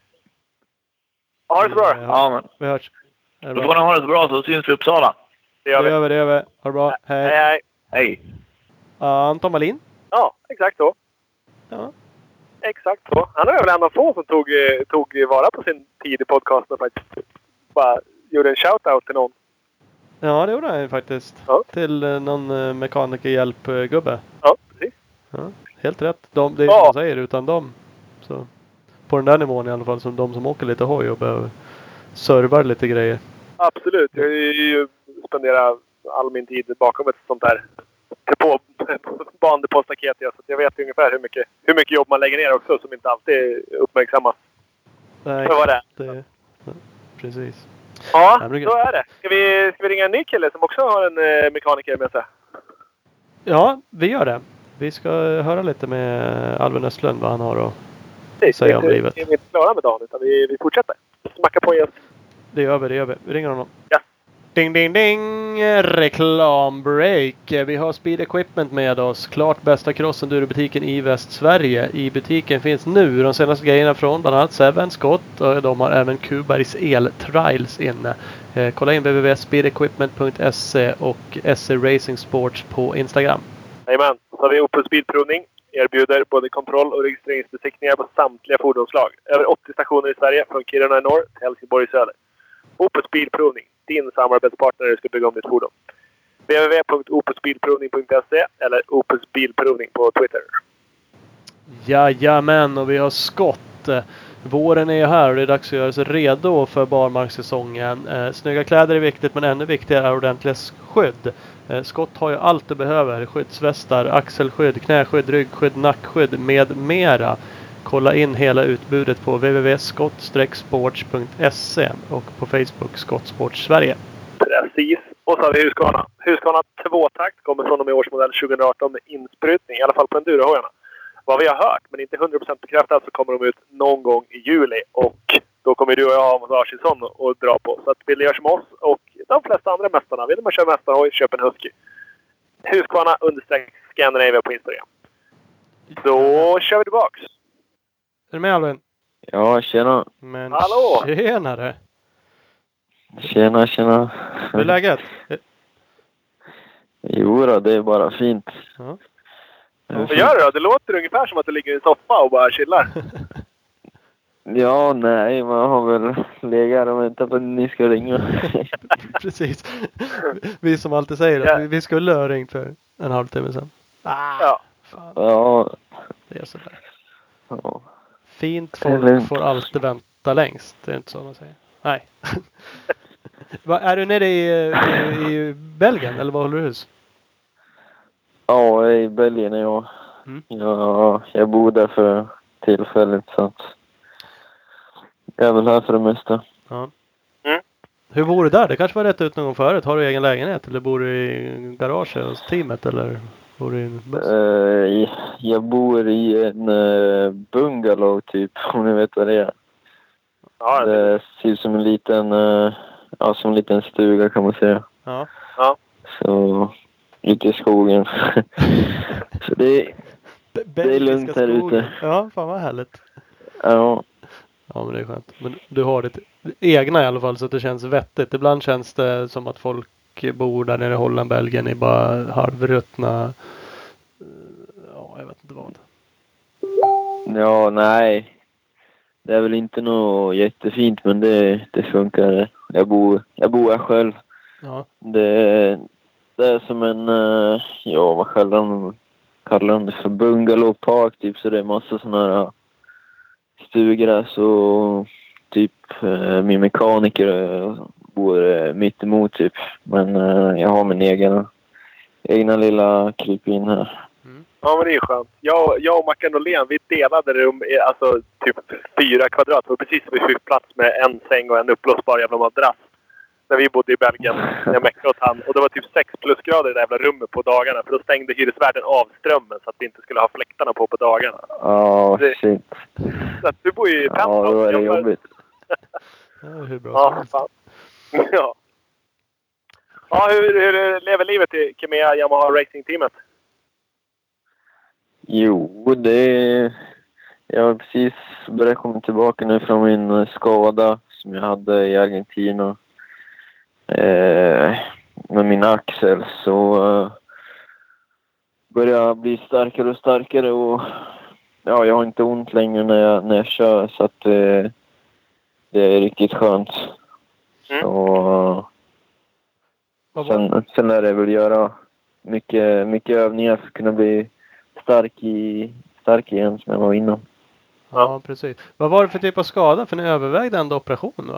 Ha det så bra. Ja, men. Vi hörs. Då får ni ha det så bra så syns vi i Uppsala. Det gör vi. Det gör vi, det gör vi. Ha det bra. Hej. Hej, hej. Hej. Uh, Anton Wallin. Ja, exakt så. Ja. Exakt så. Han är väl en av få som tog, tog vara på sin tid i podcasten faktiskt. Bara gjorde en shout-out till någon. Ja, det gjorde han ju faktiskt. Ja. Till uh, någon uh, mekanikerhjälpgubbe. Ja, precis. Ja, helt rätt. De, det är ja. som de säger, utan dem. Så, på den där nivån i alla fall, som de som åker lite hoj och behöver servar lite grejer. Absolut. Jag har ju spenderat all min tid bakom ett sånt där på bandepåstaket. Så jag vet ungefär hur mycket, hur mycket jobb man lägger ner också som inte alltid uppmärksammas. Nej, Så var det. det ja, precis. Ja, så är det. Ska vi, ska vi ringa en ny kille som också har en eh, mekaniker med sig? Ja, vi gör det. Vi ska höra lite med Alvin Östlund vad han har att säga om livet. Vi är inte klara med dagen utan vi, vi fortsätter. Smacka på igen. Det gör vi, det gör vi. Vi ringer honom. Ja. Ding, ding, ding! Reklambreak. Vi har Speed Equipment med oss. Klart bästa cross-enduro-butiken i Västsverige. I butiken finns nu de senaste grejerna från bland annat Seven, Scott. Och de har även Kubergs El-trials inne. Eh, kolla in w w w punkt speed equipment punkt s e och S E Racing Sports på Instagram. Jajamän. Så har vi Opus Bilprovning. Erbjuder både kontroll- och registreringsbesiktningar på samtliga fordonslag. Över åttio stationer i Sverige från Kiruna i norr till Helsingborg i söder. Opus Bilprovning. Din samarbetspartner när du ska bygga om ditt fordon. w w w punkt opus bilprovning punkt s e eller Opus Bilprovning på Twitter. Jajamän, och vi har Scott. Våren är ju här och det är dags att göra sig redo för barmarkssäsongen. Eh, snygga kläder är viktigt, men ännu viktigare är ordentliga skydd. Eh, Scott har ju allt du behöver. Skyddsvästar, axelskydd, knäskydd, ryggskydd, nackskydd med mera. Kolla in hela utbudet på w w w punkt scott sports punkt s e och på Facebook Scott Sports Sverige. Precis. Och så har vi Husqvarna. Husqvarna två-takt kommer från och med årsmodell tjugoarton med insprutning, i alla fall på endurohojarna. vad vi har hört, men inte hundra procent bekräftat, så kommer de ut någon gång i juli. Och då kommer du och jag ha varsin sån och dra på. Så att vill du göra som oss och de flesta andra mästarna, vill man köra mästarhoj, köp en Husky. Husqvarna understreck Scandinavia på Instagram. Då kör vi tillbaks. Är du med, Alvin? Ja, tjena. Men Hallå! tjenare! Tjena, tjena. Hur är läget? Jo då, det är bara fint. Ja. Vad gör du då? Det låter ungefär som att du ligger i en soffa och bara chillar. Ja, nej, man har väl legat och väntat på att ni ska ringa. Precis. Vi som alltid säger att vi, vi skulle ha ringt för en halvtimme sedan. Ah, Ja. fan. Ja. Det är sådär. Ja. Fint Det är folk lugnt. får alltid vänta längst. Det är inte så man säger. Nej. Va, är du nere i, i, i Belgien eller vad håller du hus? Ja, i Belgien är jag. Mm. Ja, jag bor där för tillfället så att jag är väl här för det mesta. Ja. Mm. Hur bor du där? Det kanske var rätt ut någon gång förut. Har du egen lägenhet eller bor du i garage hos teamet eller bor du i en buss? Uh, jag bor i en uh, bungalow typ, om ni vet vad det är. Ja, Det ser ut som en liten, uh, ja, som en liten stuga kan man säga. Ja. Ja. Så ute i skogen. Så det, B- det är lugnt belgiska här skogen. ute. Ja, fan vad härligt. Ja, Ja, men det är skönt. Men du har ditt egna i alla fall så att det känns vettigt. Ibland känns det som att folk bor där nere i Holland, Belgien är bara halvruttna. Ja, jag vet inte vad. ja, nej. Det är väl inte något jättefint, men det, det funkar. Jag bor, jag bor här själv. Ja. Det, det är som en, uh, ja vad kallar de, kallar de det för bungalowpark typ, så det är massa sådana här stugor där, så typ uh, min mekaniker uh, bor uh, mitt emot typ, men uh, jag har min egen egna lilla kryp in här. Ja, men det är skönt. Jag, jag och Mackan Norlén, vi delade rum i alltså, typ fyra kvadrat. Och precis vi fick plats med en säng och en uppblåsbar jävla madrass. När vi bodde i Belgien, när jag mäckade åt han. Och det var typ sex plusgrader i det jävla rummet på dagarna. För då stängde hyresvärden av strömmen så att vi inte skulle ha fläktarna på på dagarna. Ja, Det- shit. Så att du bor ju i Ja, penthouse. då är det Jag- jobbigt. Ja, hur bra som Ja, helst. fan. Ja. Ja, hur, hur lever livet i Kemea Yamaha Racing-teamet? Jo, det... Jag har precis börjat komma tillbaka nu från min eh, skada som jag hade i Argentina. Eh, med min axel så eh, börjar jag bli starkare och starkare och ja, jag har inte ont längre när jag, när jag kör, så att eh, det är riktigt skönt. Mm. Så, Vad var- sen, sen lär jag väl göra mycket, mycket övningar för att kunna bli stark, i, stark igen som jag var innan. Ja, precis. Vad var det för typ av skada? För ni övervägde ändå operation va?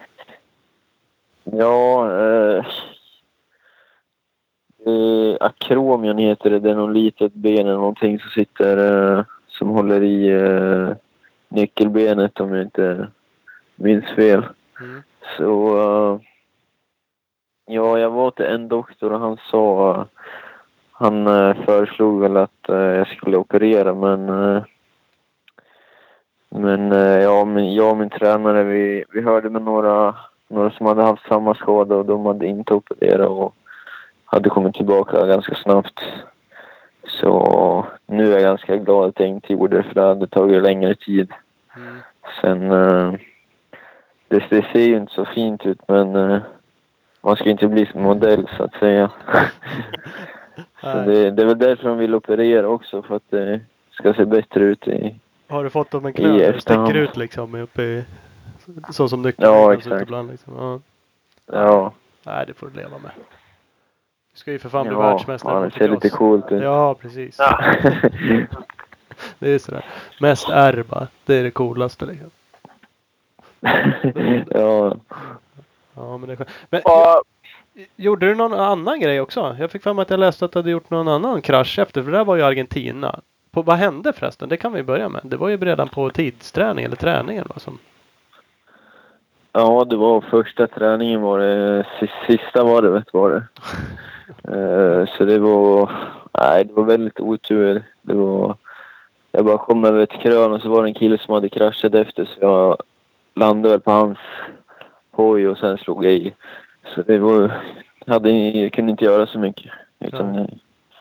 Ja, eh, eh, akromion heter det. Det är någon litet ben eller någonting som sitter, eh, som håller i eh, nyckelbenet om jag inte minns fel. Mm. Så eh, ja, jag var till en doktor och han sa, han eh, föreslog väl att eh, jag skulle operera, men eh, men eh, ja, men jag och min tränare, vi, vi hörde med några några som hade haft samma skada och de hade inte opererat och hade kommit tillbaka ganska snabbt. Så nu är jag ganska glad att jag inte gjorde det, för det hade tagit längre tid. Mm. Sen, eh, det, det ser ju inte så fint ut, men eh, man ska inte bli som modell så att säga. Så Nej. det, det är väl därför de vill operera också, för att det ska se bättre ut i... Har du fått dem en I knö där det efterhand. sticker ut liksom uppe i... Så som nyckeln Ja, ser ut exakt. ibland liksom. Ja. Ja, Nej, det får du leva med. Du ska ju för fan bli ja, världsmästare ja, i det ser lite motocross. coolt ut. Ja, precis. Ja. Det är sådär. Mest R bara. Det är det coolaste liksom. Ja, Ja, men det är skönt. Men Och, gjorde du någon annan grej också? Jag fick fram att jag läste att du hade gjort någon annan krasch efter. För det där var ju Argentina. På, vad hände förresten? Det kan vi börja med. Det var ju redan på tidsträning eller träningen va? Som... ja, det var första träningen var det, sista var det vet var det. Eh, så det var, nej det var väldigt otur. Det var, jag bara kom över ett krön och så var det en kille som hade kraschat efter, så jag landade väl på hans hoj och sen slog jag i. Så det var, hade, jag kunde inte göra så mycket. Utan, ja.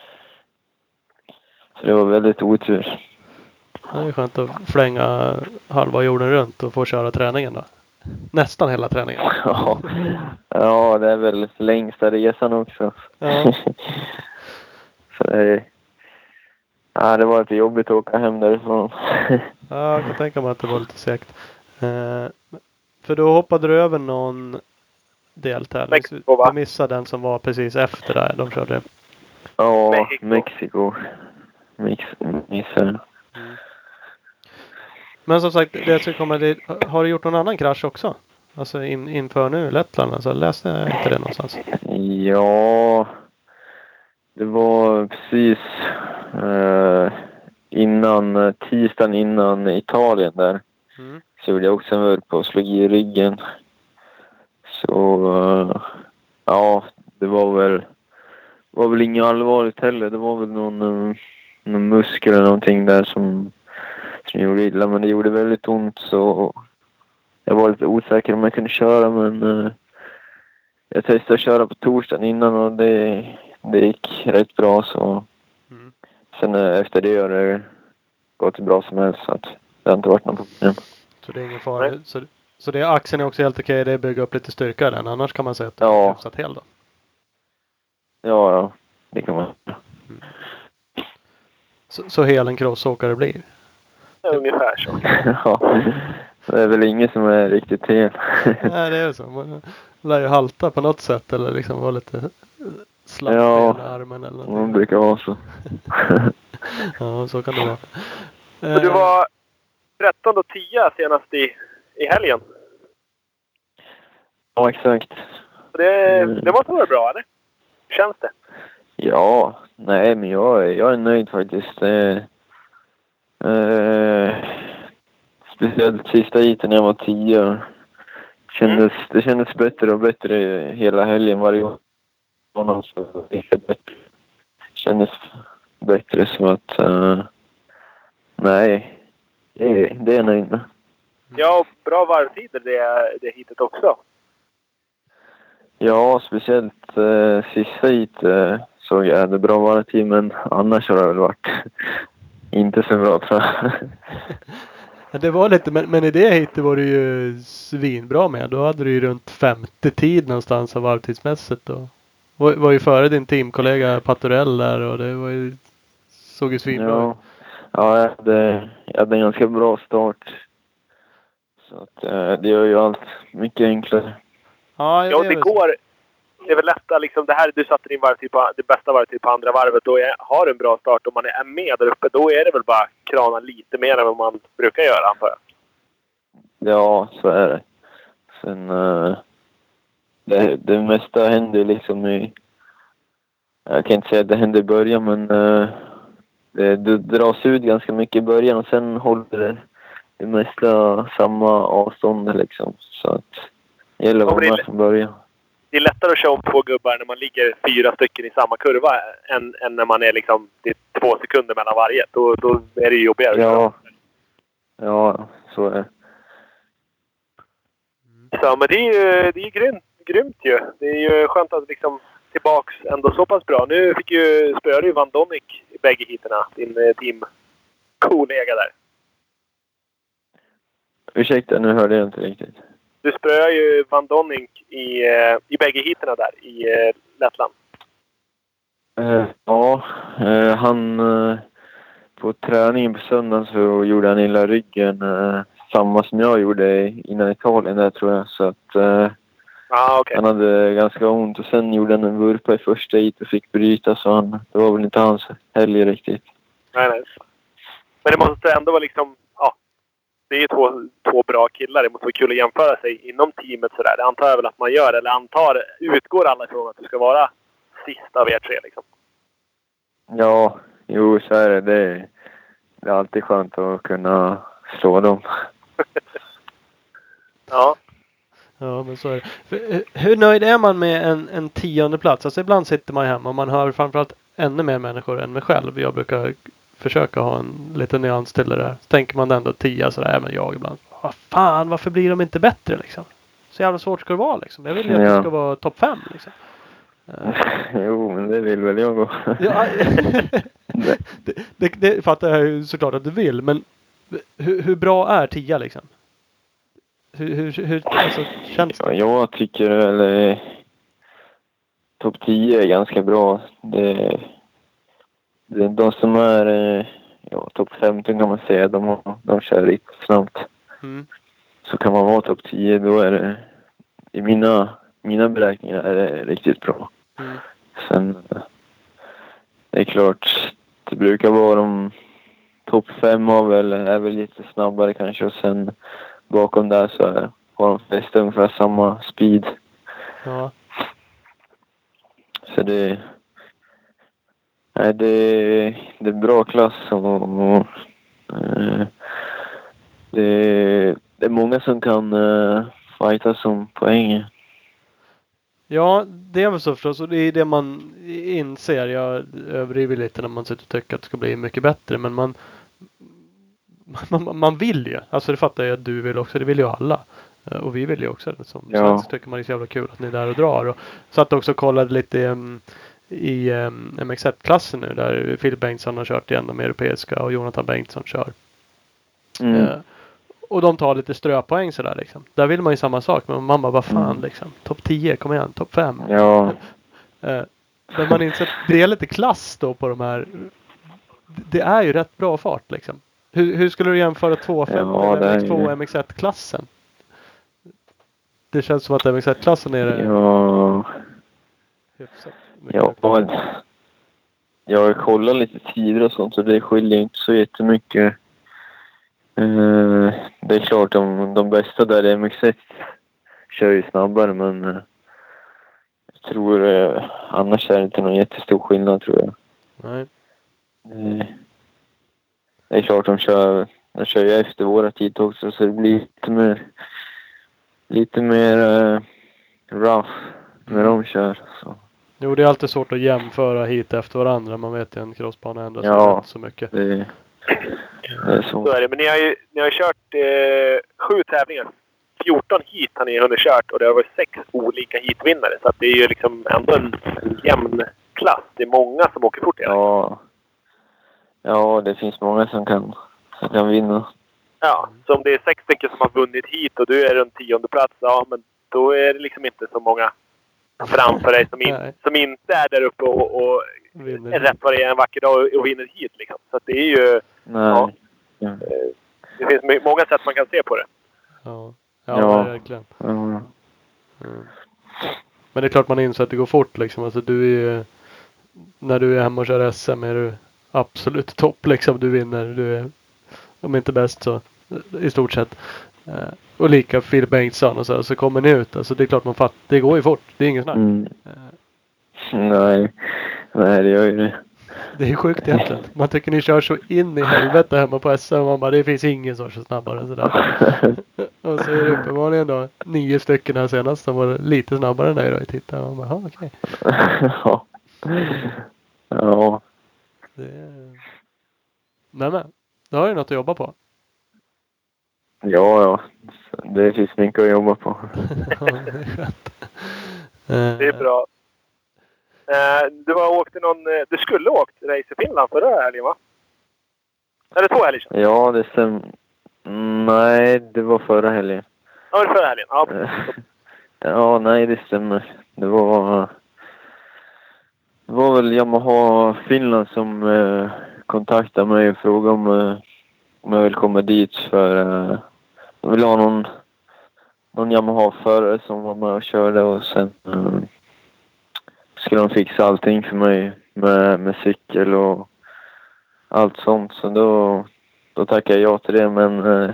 Så det var väldigt otur. Det är skönt att flänga halva jorden runt och få köra träningen då. Nästan hela träningen. Ja, ja det är väl längsta resan också. Ja. Så det är, ja, det var lite jobbigt att åka hem därifrån. Ja, jag kan tänka mig att det var lite segt. Eh, för då hoppade du över någon deltävling. Du missade den som var precis efter där. De körde. Ja, Mexiko. Mexiko. Missade. Mm. Men som sagt, det ska komma, det, har du gjort någon annan krasch också? Alltså in, inför nu Lettland, alltså läste jag inte det någonstans? Ja, det var precis eh, innan, tisdagen innan Italien där. Mm. Så gjorde jag också en vurp på och slog i ryggen. Så eh, ja, det var väl, var väl inget allvarligt heller. Det var väl någon, någon muskel eller någonting där som som gjorde illa, men det gjorde väldigt ont, så jag var lite osäker om jag kunde köra, men uh, jag testade att köra på torsdagen innan och det, det gick rätt bra, så mm. Sen uh, efter det har det gått bra som helst, så att det har inte varit något problem. Så det är ingen fara. Så, så det är axeln är också helt okej, det är bygga upp lite styrka den, annars kan man säga att det ja. är hyfsat hel då. Ja, ja, det kan man. Mm. Så, så hel en crossåkare blir? Ungefär så. Ja, det är väl inget som är riktigt hel. Nej, det är så. Man lär ju halta på något sätt eller liksom vara lite slapp ja, i armen eller någonting. Man brukar vara så. Ja, så kan det vara. Så du var tretton och tio senast i, i helgen? Ja, exakt. Det, det måste vara bra, eller? Hur känns det? Ja, nej, men jag, jag är nöjd faktiskt. Det, Uh, speciellt sista hiten när jag var tio. Kändes, mm. Det kändes bättre och bättre hela helgen varje år. Det kändes bättre, så att uh, nej, det, det är jag nöjd med. Ja, bra varvtider det, det hitet också. Ja, speciellt uh, sista hit uh, såg jag hade bra varvtid, men annars har det väl varit inte så bra, tror jag. Ja, det var lite, men, men i det hit var det ju svinbra med. Då hade du ju runt femtio tid någonstans av varvtidsmässigt. Och var, var ju före din teamkollega Paturell där, och det var ju, såg ju svinbra ja. ut. Ja, jag hade, jag hade en ganska bra start. Så att, eh, det gör ju allt mycket enklare. Ja, ja det går. Det är väl lätt att liksom, det här du satte din varvtid på, det bästa varvtid på andra varvet, då är, har en bra start och man är med där uppe, då är det väl bara krana lite mer än vad man brukar göra, antar jag. Ja, så är det. Sen uh, det, det mesta händer liksom i, jag kan inte säga att det händer i början, men uh, det, det dras ut ganska mycket i början och sen håller det det mesta samma avstånd liksom, så att det gäller att vara med från början. Det är lättare att köra om två gubbar när man ligger fyra stycken i samma kurva än, än när man är liksom, det är två sekunder mellan varje. Då, då är det jobbigare. Ja, ja, så är det. Så, men det är ju, det är grymt, grymt ju. Det är ju skönt att liksom tillbaks ändå så pass bra. Nu fick ju, spöade ju Van Donnick i bägge hiterna, din teamkollega där. Ursäkta, nu hörde jag inte riktigt. Du spöar ju Van Donnick i, i bägge hiterna där i Lettland. Uh, ja, uh, han uh, på träningen på söndagen så gjorde han illa ryggen. Uh, samma som jag gjorde innan Italien där, tror jag. Så att uh, ah, okay. Han hade ganska ont och sen gjorde han en vurpa i första hit och fick bryta, så han, det var väl inte hans helg riktigt. Nej, nej. Men det måste ändå vara liksom, ja, det är ju två, två bra killar. Det måste vara kul att jämföra sig inom teamet sådär. Det antar jag väl att man gör, eller antar, utgår alla ifrån att du ska vara sista av er tre liksom. Ja, jo, så är det. Det är, det är alltid skönt att kunna slå dem. Ja. Ja, men så är det. Hur nöjd är man med en, en tionde plats? Alltså ibland sitter man hemma och man hör framförallt ännu mer människor än mig själv. Jag brukar försöka ha en liten nyans till det där. Så tänker man ändå tia sådär, men jag ibland. Vad fan, varför blir de inte bättre liksom? Så jävla svårt ska det vara liksom. Jag vill ju att Ja. det ska vara topp fem liksom. Jo, men det vill väl jag gå. Ja, det, det, det fattar jag ju såklart att du vill, men hur, hur bra är tia liksom? Hur, hur, hur alltså, känns det? Ja, jag tycker eller topp tio är ganska bra. Det, det de som är eh, ja, topp femton kan man säga, de, de kör riktigt snabbt. Mm. Så kan man vara topp tio, då är det i mina, mina beräkningar är det riktigt bra. Mm. Sen det är klart, det brukar vara de topp fem av väl, är väl lite snabbare kanske, och sen bakom där så är, har de flesta ungefär samma speed. Ja. Så det, nej, det, det är bra klass och, och eh, det, det är många som kan eh, fighta som poäng. Ja, det är väl så förstås. Och det är det man inser. Jag överdriver lite när man sitter och tycker att det ska bli mycket bättre. Men man, man, man vill ju. Alltså det fattar jag att du vill också. Det vill ju alla. Och vi vill ju också. Som Ja. svensk tycker man det är så jävla kul att ni är där och drar. Och satt också och kollade lite um, i um, M X ett-klassen nu. Där Philip Bengtsson har kört igen de europeiska. Och Jonathan Bengtsson kör. Mm. Uh, Och de tar lite ströpoäng sådär liksom. Där vill man ju samma sak. Men mamma, vad fan Mm. liksom. Topp tio, kom igen. Topp fem. Ja. Eh, men man inser att det är lite klass då på de här. Det är ju rätt bra fart liksom. Hur, hur skulle du jämföra två fem Ja, eller det är M X två ju- och M X ett-klassen? Det känns som att M X ett-klassen är det Ja. hyfsat mycket Ja, högre. jag har kollat lite tider och sånt, så det skiljer inte så jättemycket. Uh, det är klart, de, de bästa där i M X ett kör ju snabbare, men uh, jag tror uh, annars är det inte någon jättestor skillnad, tror jag. Nej. Uh, det är klart, de kör, de kör ju efter våra tid också, så det blir lite mer lite mer uh, rough när de kör. Så. Jo, det är alltid svårt att jämföra hit efter varandra. Man vet ju en crossbana ändras Ja. så mycket. Det, det är Så så. är det. Men ni har ju ni har kört eh, sju tävlingar. fjorton hit har ni hunnit kört och det har varit sex olika hitvinnare. Så att det är ju liksom ändå en jämn klass. Det är många som åker fort. Ja. Ja, det finns många som kan, som kan vinna. Ja, så om det är sex stycken som har vunnit hit och du är runt tionde plats, ja, men då är det liksom inte så många framför dig som, in, Nej. som inte är där uppe och, och Vinner. är rätt vad det är en vacker dag och, och vinner hit liksom. Så att det är ju, Nej. Ja. Ja. eh, det finns my- många sätt man kan se på det. Ja, ja, Ja. verkligen. Ja. Mm. Men det är klart man inser att det går fort liksom. Alltså du är ju, när du är hemma och kör S M är du absolut topp liksom. Du vinner. Du är, om inte bäst så i stort sett. Eh, och lika Phil Bengtsson och så, så kommer ni ut. Alltså det är klart man fattar. Det går ju fort. Det är ingen snack. Mm. Eh, Nej. Nej, det gör ju det. det är sjukt egentligen. Man tycker ni kör så in i helvete hemma på S M. Och man bara, det finns ingen som kör snabbare än sådär. Och så är det uppenbarligen då nio stycken här senast som var lite snabbare än dig då i tittar. Och man bara, okej. Ja. Ja. Det är... Men men, då har du något att jobba på. Ja, ja. Det finns mycket att jobba på. Ja, det är skönt. Eh, Det är bra. Eh, du har åkt i någon, eh, du skulle ha åkt race i Finland förra helgen, va? Eller två helger sedan? Ja, det stämmer. Nej, det var förra helgen. Ja, det var förra helgen. Ja, Ja, nej, det stämmer. Det var... Det var väl Yamaha Finland som eh, kontaktade mig och frågade om, eh, om jag vill komma dit för... Eh, jag vill ha någon, någon Yamaha-förare som var med och körde och sen eh, skulle de fixa allting för mig med, med cykel och allt sånt. Så då, då tackade jag ja till det, men eh,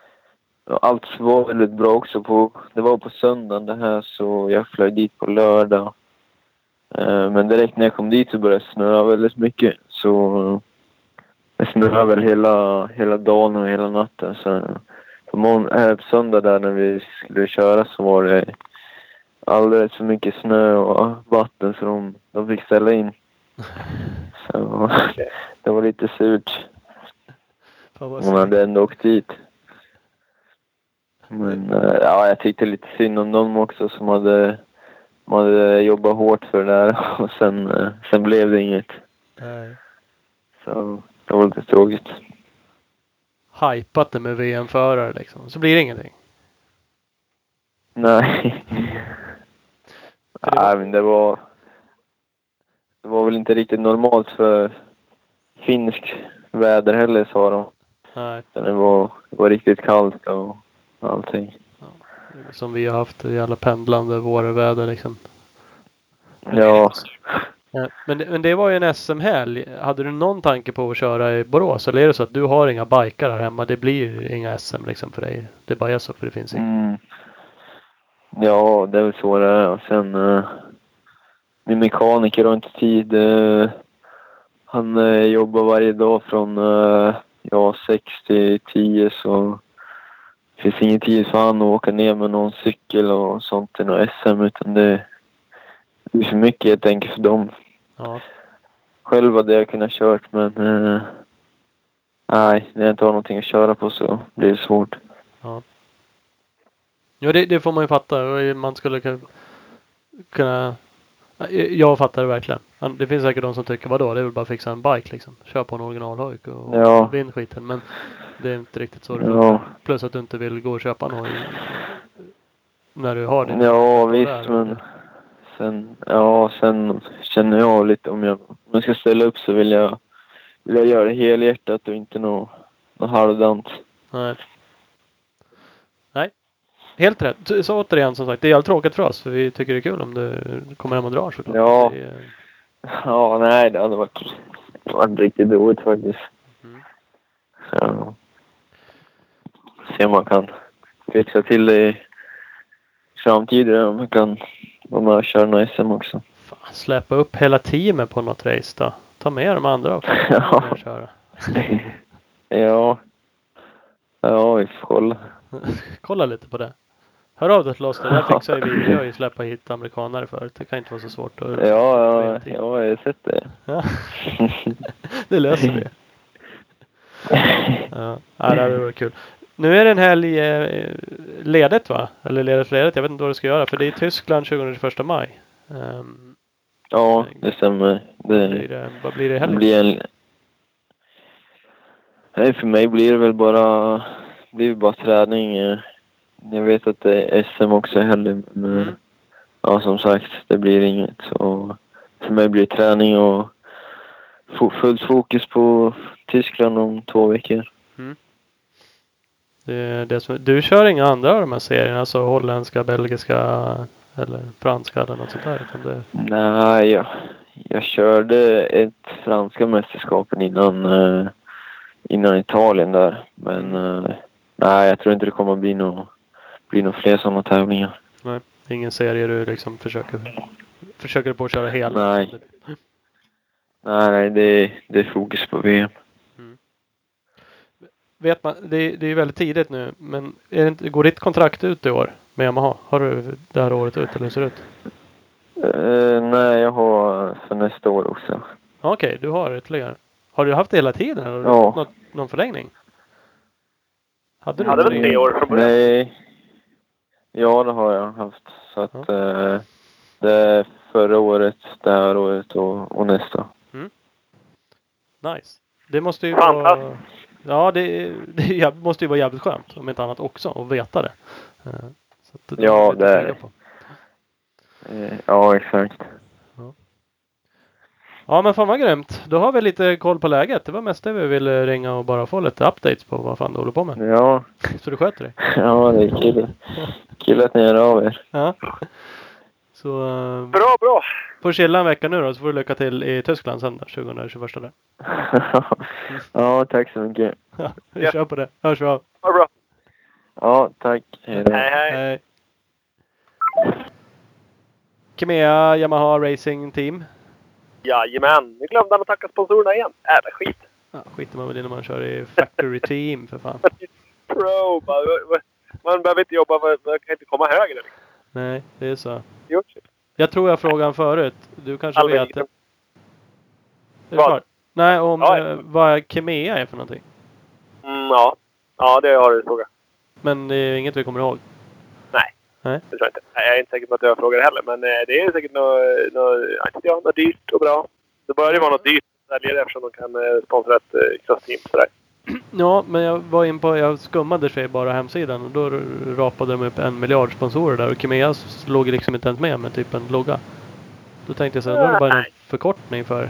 allt var väldigt bra också. På, det var på söndagen det här, så jag flög dit på lördag. Eh, men direkt när jag kom dit så började det snöa väldigt mycket. Så eh, det snöade väl hela, hela dagen och hela natten. Så på, morgon, äh, på söndag där när vi skulle köra så var det alldeles för mycket snö och vatten så de, de fick ställa in. Så det var lite surt. Fan, vad Hon hade ändå åkt dit. Men äh, ja, jag tyckte lite synd om dem också som hade, som hade jobbat hårt för det där. Och sen, äh, sen blev det inget. Nej. Så det var lite tråkigt. Hypat det med V M-förare liksom. Så blir det ingenting. Nej. För det var- Nej, men det var... Det var väl inte riktigt normalt för finsk väder heller, sa de. Nej. Det var, det var riktigt kallt och allting. Som vi har haft i alla pendlande vårväder liksom. Ja. Ja, men, det- men det var ju en S M-helg. Hade du någon tanke på att köra i Borås? Eller är det så att du har inga bikar här hemma? Det blir inga S M liksom för dig. Det är bara så för det finns inga. Mm. Ja, det är väl så det är. Och sen... Uh, min mekaniker har inte tid. Uh, han uh, jobbar varje dag från uh, ja, sex till tio, så... Det finns ingen tid för han att åka ner med någon cykel och sånt till någon S M, utan det, det är för mycket helt enkelt för dem. Ja. Själv hade jag kunnat kört, men eh, nej, när jag inte har någonting att köra på så blir det svårt. Ja. Ja, det, det får man ju fatta. Man skulle ku- kunna... Jag fattar det verkligen. Det finns säkert de som tycker, vadå, det är väl bara att fixa en bike liksom. Kör på en originalhojk och Ja. vinn skiten. Men det är inte riktigt så det Ja. funkar. Plus att du inte vill gå och köpa en hoj när du har det. Ja, där. visst, men sen, ja, sen känner jag lite, om jag, om jag ska ställa upp så vill jag, vill jag göra det helhjärtat och inte något, något halvdant. Nej. Nej. Helt rätt. Så återigen som sagt, det är jävligt tråkigt för oss. För vi tycker det är kul om du kommer hem och drar såklart. Ja. Det är, Ja, nej, det hade varit, det varit riktigt roligt faktiskt. Mm. Så, se om man kan fixa till det i framtiden, om man kan vara med och köra några S M också. fan, släppa upp hela teamet på något race då. Ta med de andra också. Ja. Och köra. Ja. Ja, vi får kolla. Kolla lite på det. Hör av dig till oss. Det där fixar ju vi. Vi har ju släppt hit amerikanare förut. Det kan inte vara så svårt. Att Ja, ja, ja, jag har sett det. Ja. Det löser vi. Ja, ja, det var kul. Nu är det en helg eh, ledigt va? Eller ledigt ledigt. Jag vet inte vad du ska göra. För det är Tyskland tjugonde till första maj. Um, Ja, det stämmer. Det, blir det, vad blir det i det helgen? blir en... Nej, för mig blir det väl bara, blir det bara träning. Jag vet att det är S M också i helgen. Men Mm. ja, som sagt, det blir inget. Så för mig blir det träning och fo- fullt fokus på Tyskland om två veckor. Det, är det som, du kör inga andra av de här serierna? Alltså holländska, belgiska eller franska eller något sånt där? Utan det... Nej, jag, jag körde ett franska mästerskapen innan, eh, innan Italien där. Men eh, nej, jag tror inte det kommer att bli några bli några fler sådana tävlingar. Nej, ingen serie du liksom försöker försöker på att köra hela? Nej. Nej, nej det, är, det är fokus på V M. Vet man, det, det är väldigt tidigt nu, men är det inte, går ditt kontrakt ut i år med Yamaha? Har du det här året ut eller hur ser det ut? Uh, nej, jag har för nästa år också. Okej, okay, du har ytterligare. Har du haft det hela tiden? Har du Ja. haft något, någon förlängning? Hade du hade det? väl tre år från början? Nej. Ja, det har jag haft. Så att Ja. uh, det är förra året, det här året och, och nästa. Nice. Det måste ju Fantastiskt. vara... Ja, det, det jäv- måste ju vara jävligt skönt om inte annat också att veta det. Eh, Så att det Ja, är lite det att är tänka det. på. Uh, ja, exakt. Ja, men fan vad grymt. Då har vi lite koll på läget. Det var mest det vi ville ringa och bara få lite updates på vad fan du håller på med. Ja, Så du sköter dig. ja, det är kul. Kul att ni hör av er. Ja. Så uh, Bra, bra. får chilla en vecka nu då, så får du lycka till i Tyskland sen då, tjugonde tjugoförsta där. Ja, tack så mycket. Ja, vi Ja. kör på det. Hörs vi av. Ha bra. Ja, tack. Hej då. Hej, hej. Hej. Kimea Yamaha Racing Team. Jajamän. Nu glömde han att tacka sponsorerna igen. Ävla skit. Ja, skiter man väl i när man kör i Factory Team för fan. Pro. Bara, man behöver inte jobba. Man man kan inte komma högre. Liksom. Nej, det är så. Jo. Jag tror jag frågade han förut. Du kanske Allmän vet. liksom. Är Vad? det klart? Nej, om Ja, eh, vad Kemea är för någonting. Mm, ja. Ja, det har du frågat. Men det är inget vi kommer ihåg. Nej. Nej. Det tror jag inte. Nej, jag är inte säker på att jag frågar heller. Men eh, det är säkert något, något, ja, något dyrt och bra. Det börjar ju vara något dyrt att sälja det eftersom de kan eh, sponsra ett eh, crossteam. Sådär. Ja, men jag var in på, jag skummade sig bara hemsidan och då rapade de upp en miljard sponsorer där och Kemea låg liksom inte ens med med typ en logga. Då tänkte jag så här, då är det bara någon förkortning för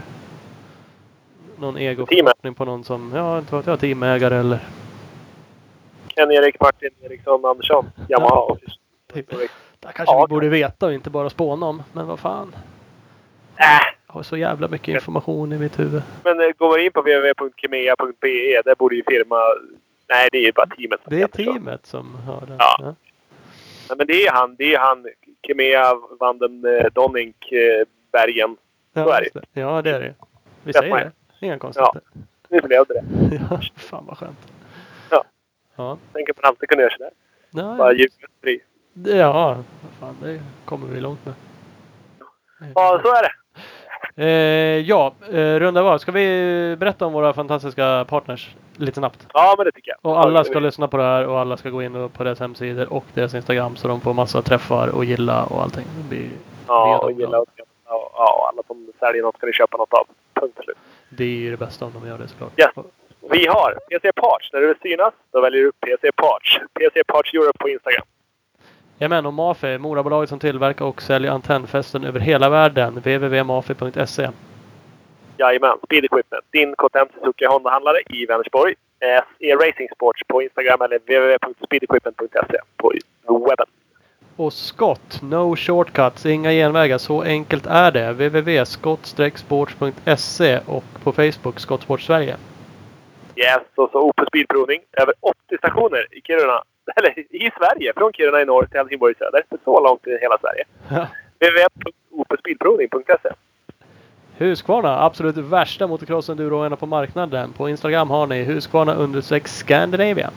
någon egoförkortning på någon som, ja, inte vet jag, teamägare eller... Ken-Erik, Martin Eriksson, Andersson, Yamaha. Och Typ. Där kanske Ja, vi borde veta och inte bara spåna om, men vad fan. Äh. Jag har så jävla mycket information i mitt huvud. Men eh, går man in på w w w punkt kemea punkt b e, där borde ju firma... Nej, det är ju bara teamet. Som Det är förstå. teamet som har det. Ja. Ja. Nej, men det är han. Det är han. Kemea Vanden eh, Donink eh, Bergen. Så Ja, är det. just det. Ja, det är det. Vi Ja, säger man- det. Inga konstigheter. Nu blev det det. Ja. Fan vad skönt. Ja. Ja. Tänker man alltid kunna göra sådär. Ja, Bara ja. ljudet fri. Ja, vad fan, det kommer vi långt med. Ja, så är det. Eh, ja, eh, runda var. Ska vi berätta om våra fantastiska partners lite snabbt? Ja, men det tycker jag. Och alla ska lyssna på det här och alla ska gå in på deras hemsidor och deras Instagram så de får massa träffar och gilla och allting. Det blir Ja, redan och gilla bra. och ja, ja, alla som säljer något ska ni köpa något av. Punkt slut. Det är ju det bästa om de gör det såklart. Yes. Vi har P C Parts. När du vill synas, då väljer du P C Parts. P C Parts Europe på Instagram. Jajamän, och Mafi, Morabolaget som tillverkar och säljer antennfästen över hela världen. w w w punkt mafi punkt se. Jajamän, Speed Equipment. Din K T M Suzuki Honda-handlare i Vänersborg. S E Racing Sports på Instagram eller w w w punkt speed equipment punkt se på webben. Och Scott, no shortcuts, inga genvägar, så enkelt är det. w w w punkt scott sports punkt se och på Facebook Scott Sports Sverige. Yes, och så Opel Speedprovning. Över åttio stationer i Kiruna. Eller i Sverige. Från Kiruna i norr till Helsingborg i söder. Det är så långt i hela Sverige. Ja. w w w punkt opel speedprovning punkt se. Husqvarna, absolut värsta motocross-enduroerna på marknaden. På Instagram har ni Husqvarna understreck Scandinavia.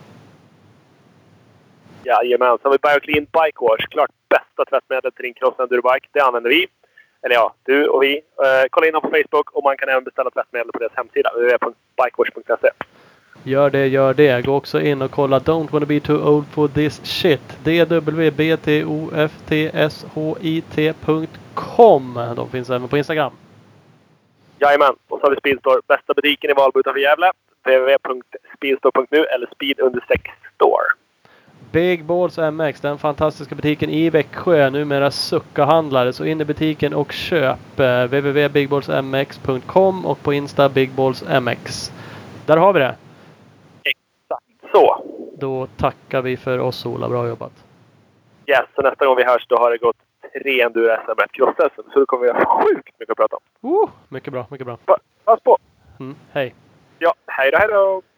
Jajamän. Så har vi Bioclean Bike Wash. Klart bästa tvättmedlet till din cross-endurobike. Det använder vi. Eller ja, du och vi. Uh, kolla in dem på Facebook och man kan även beställa tvättmedel på deras hemsida. w w w punkt bikewash punkt se. Gör det, gör det. Gå också in och kolla Don't wanna be too old for this shit. d w b t o f t s h i t punkt com. De finns även på Instagram. Jajamän. Och så har vi Speedstore. Bästa butiken i Valbo utanför Gävle. w w w punkt speedstore punkt nu eller speed understreck store. Big Balls M X, den fantastiska butiken i Växjö, numera Succa-handlare. Så in i butiken och köp eh, w w w punkt big balls m x punkt com och på Insta Big Balls M X. Där har vi det. Exakt så. Då tackar vi för oss, Ola. Bra jobbat. Yes, så nästa gång vi hörs då har det gått tre enduro-S M ett cross-S M. Så då kommer vi ha sjukt mycket att prata om. Uh, mycket bra, mycket bra. Pa- Pass på. Mm, hej. Ja, hej då, hej då.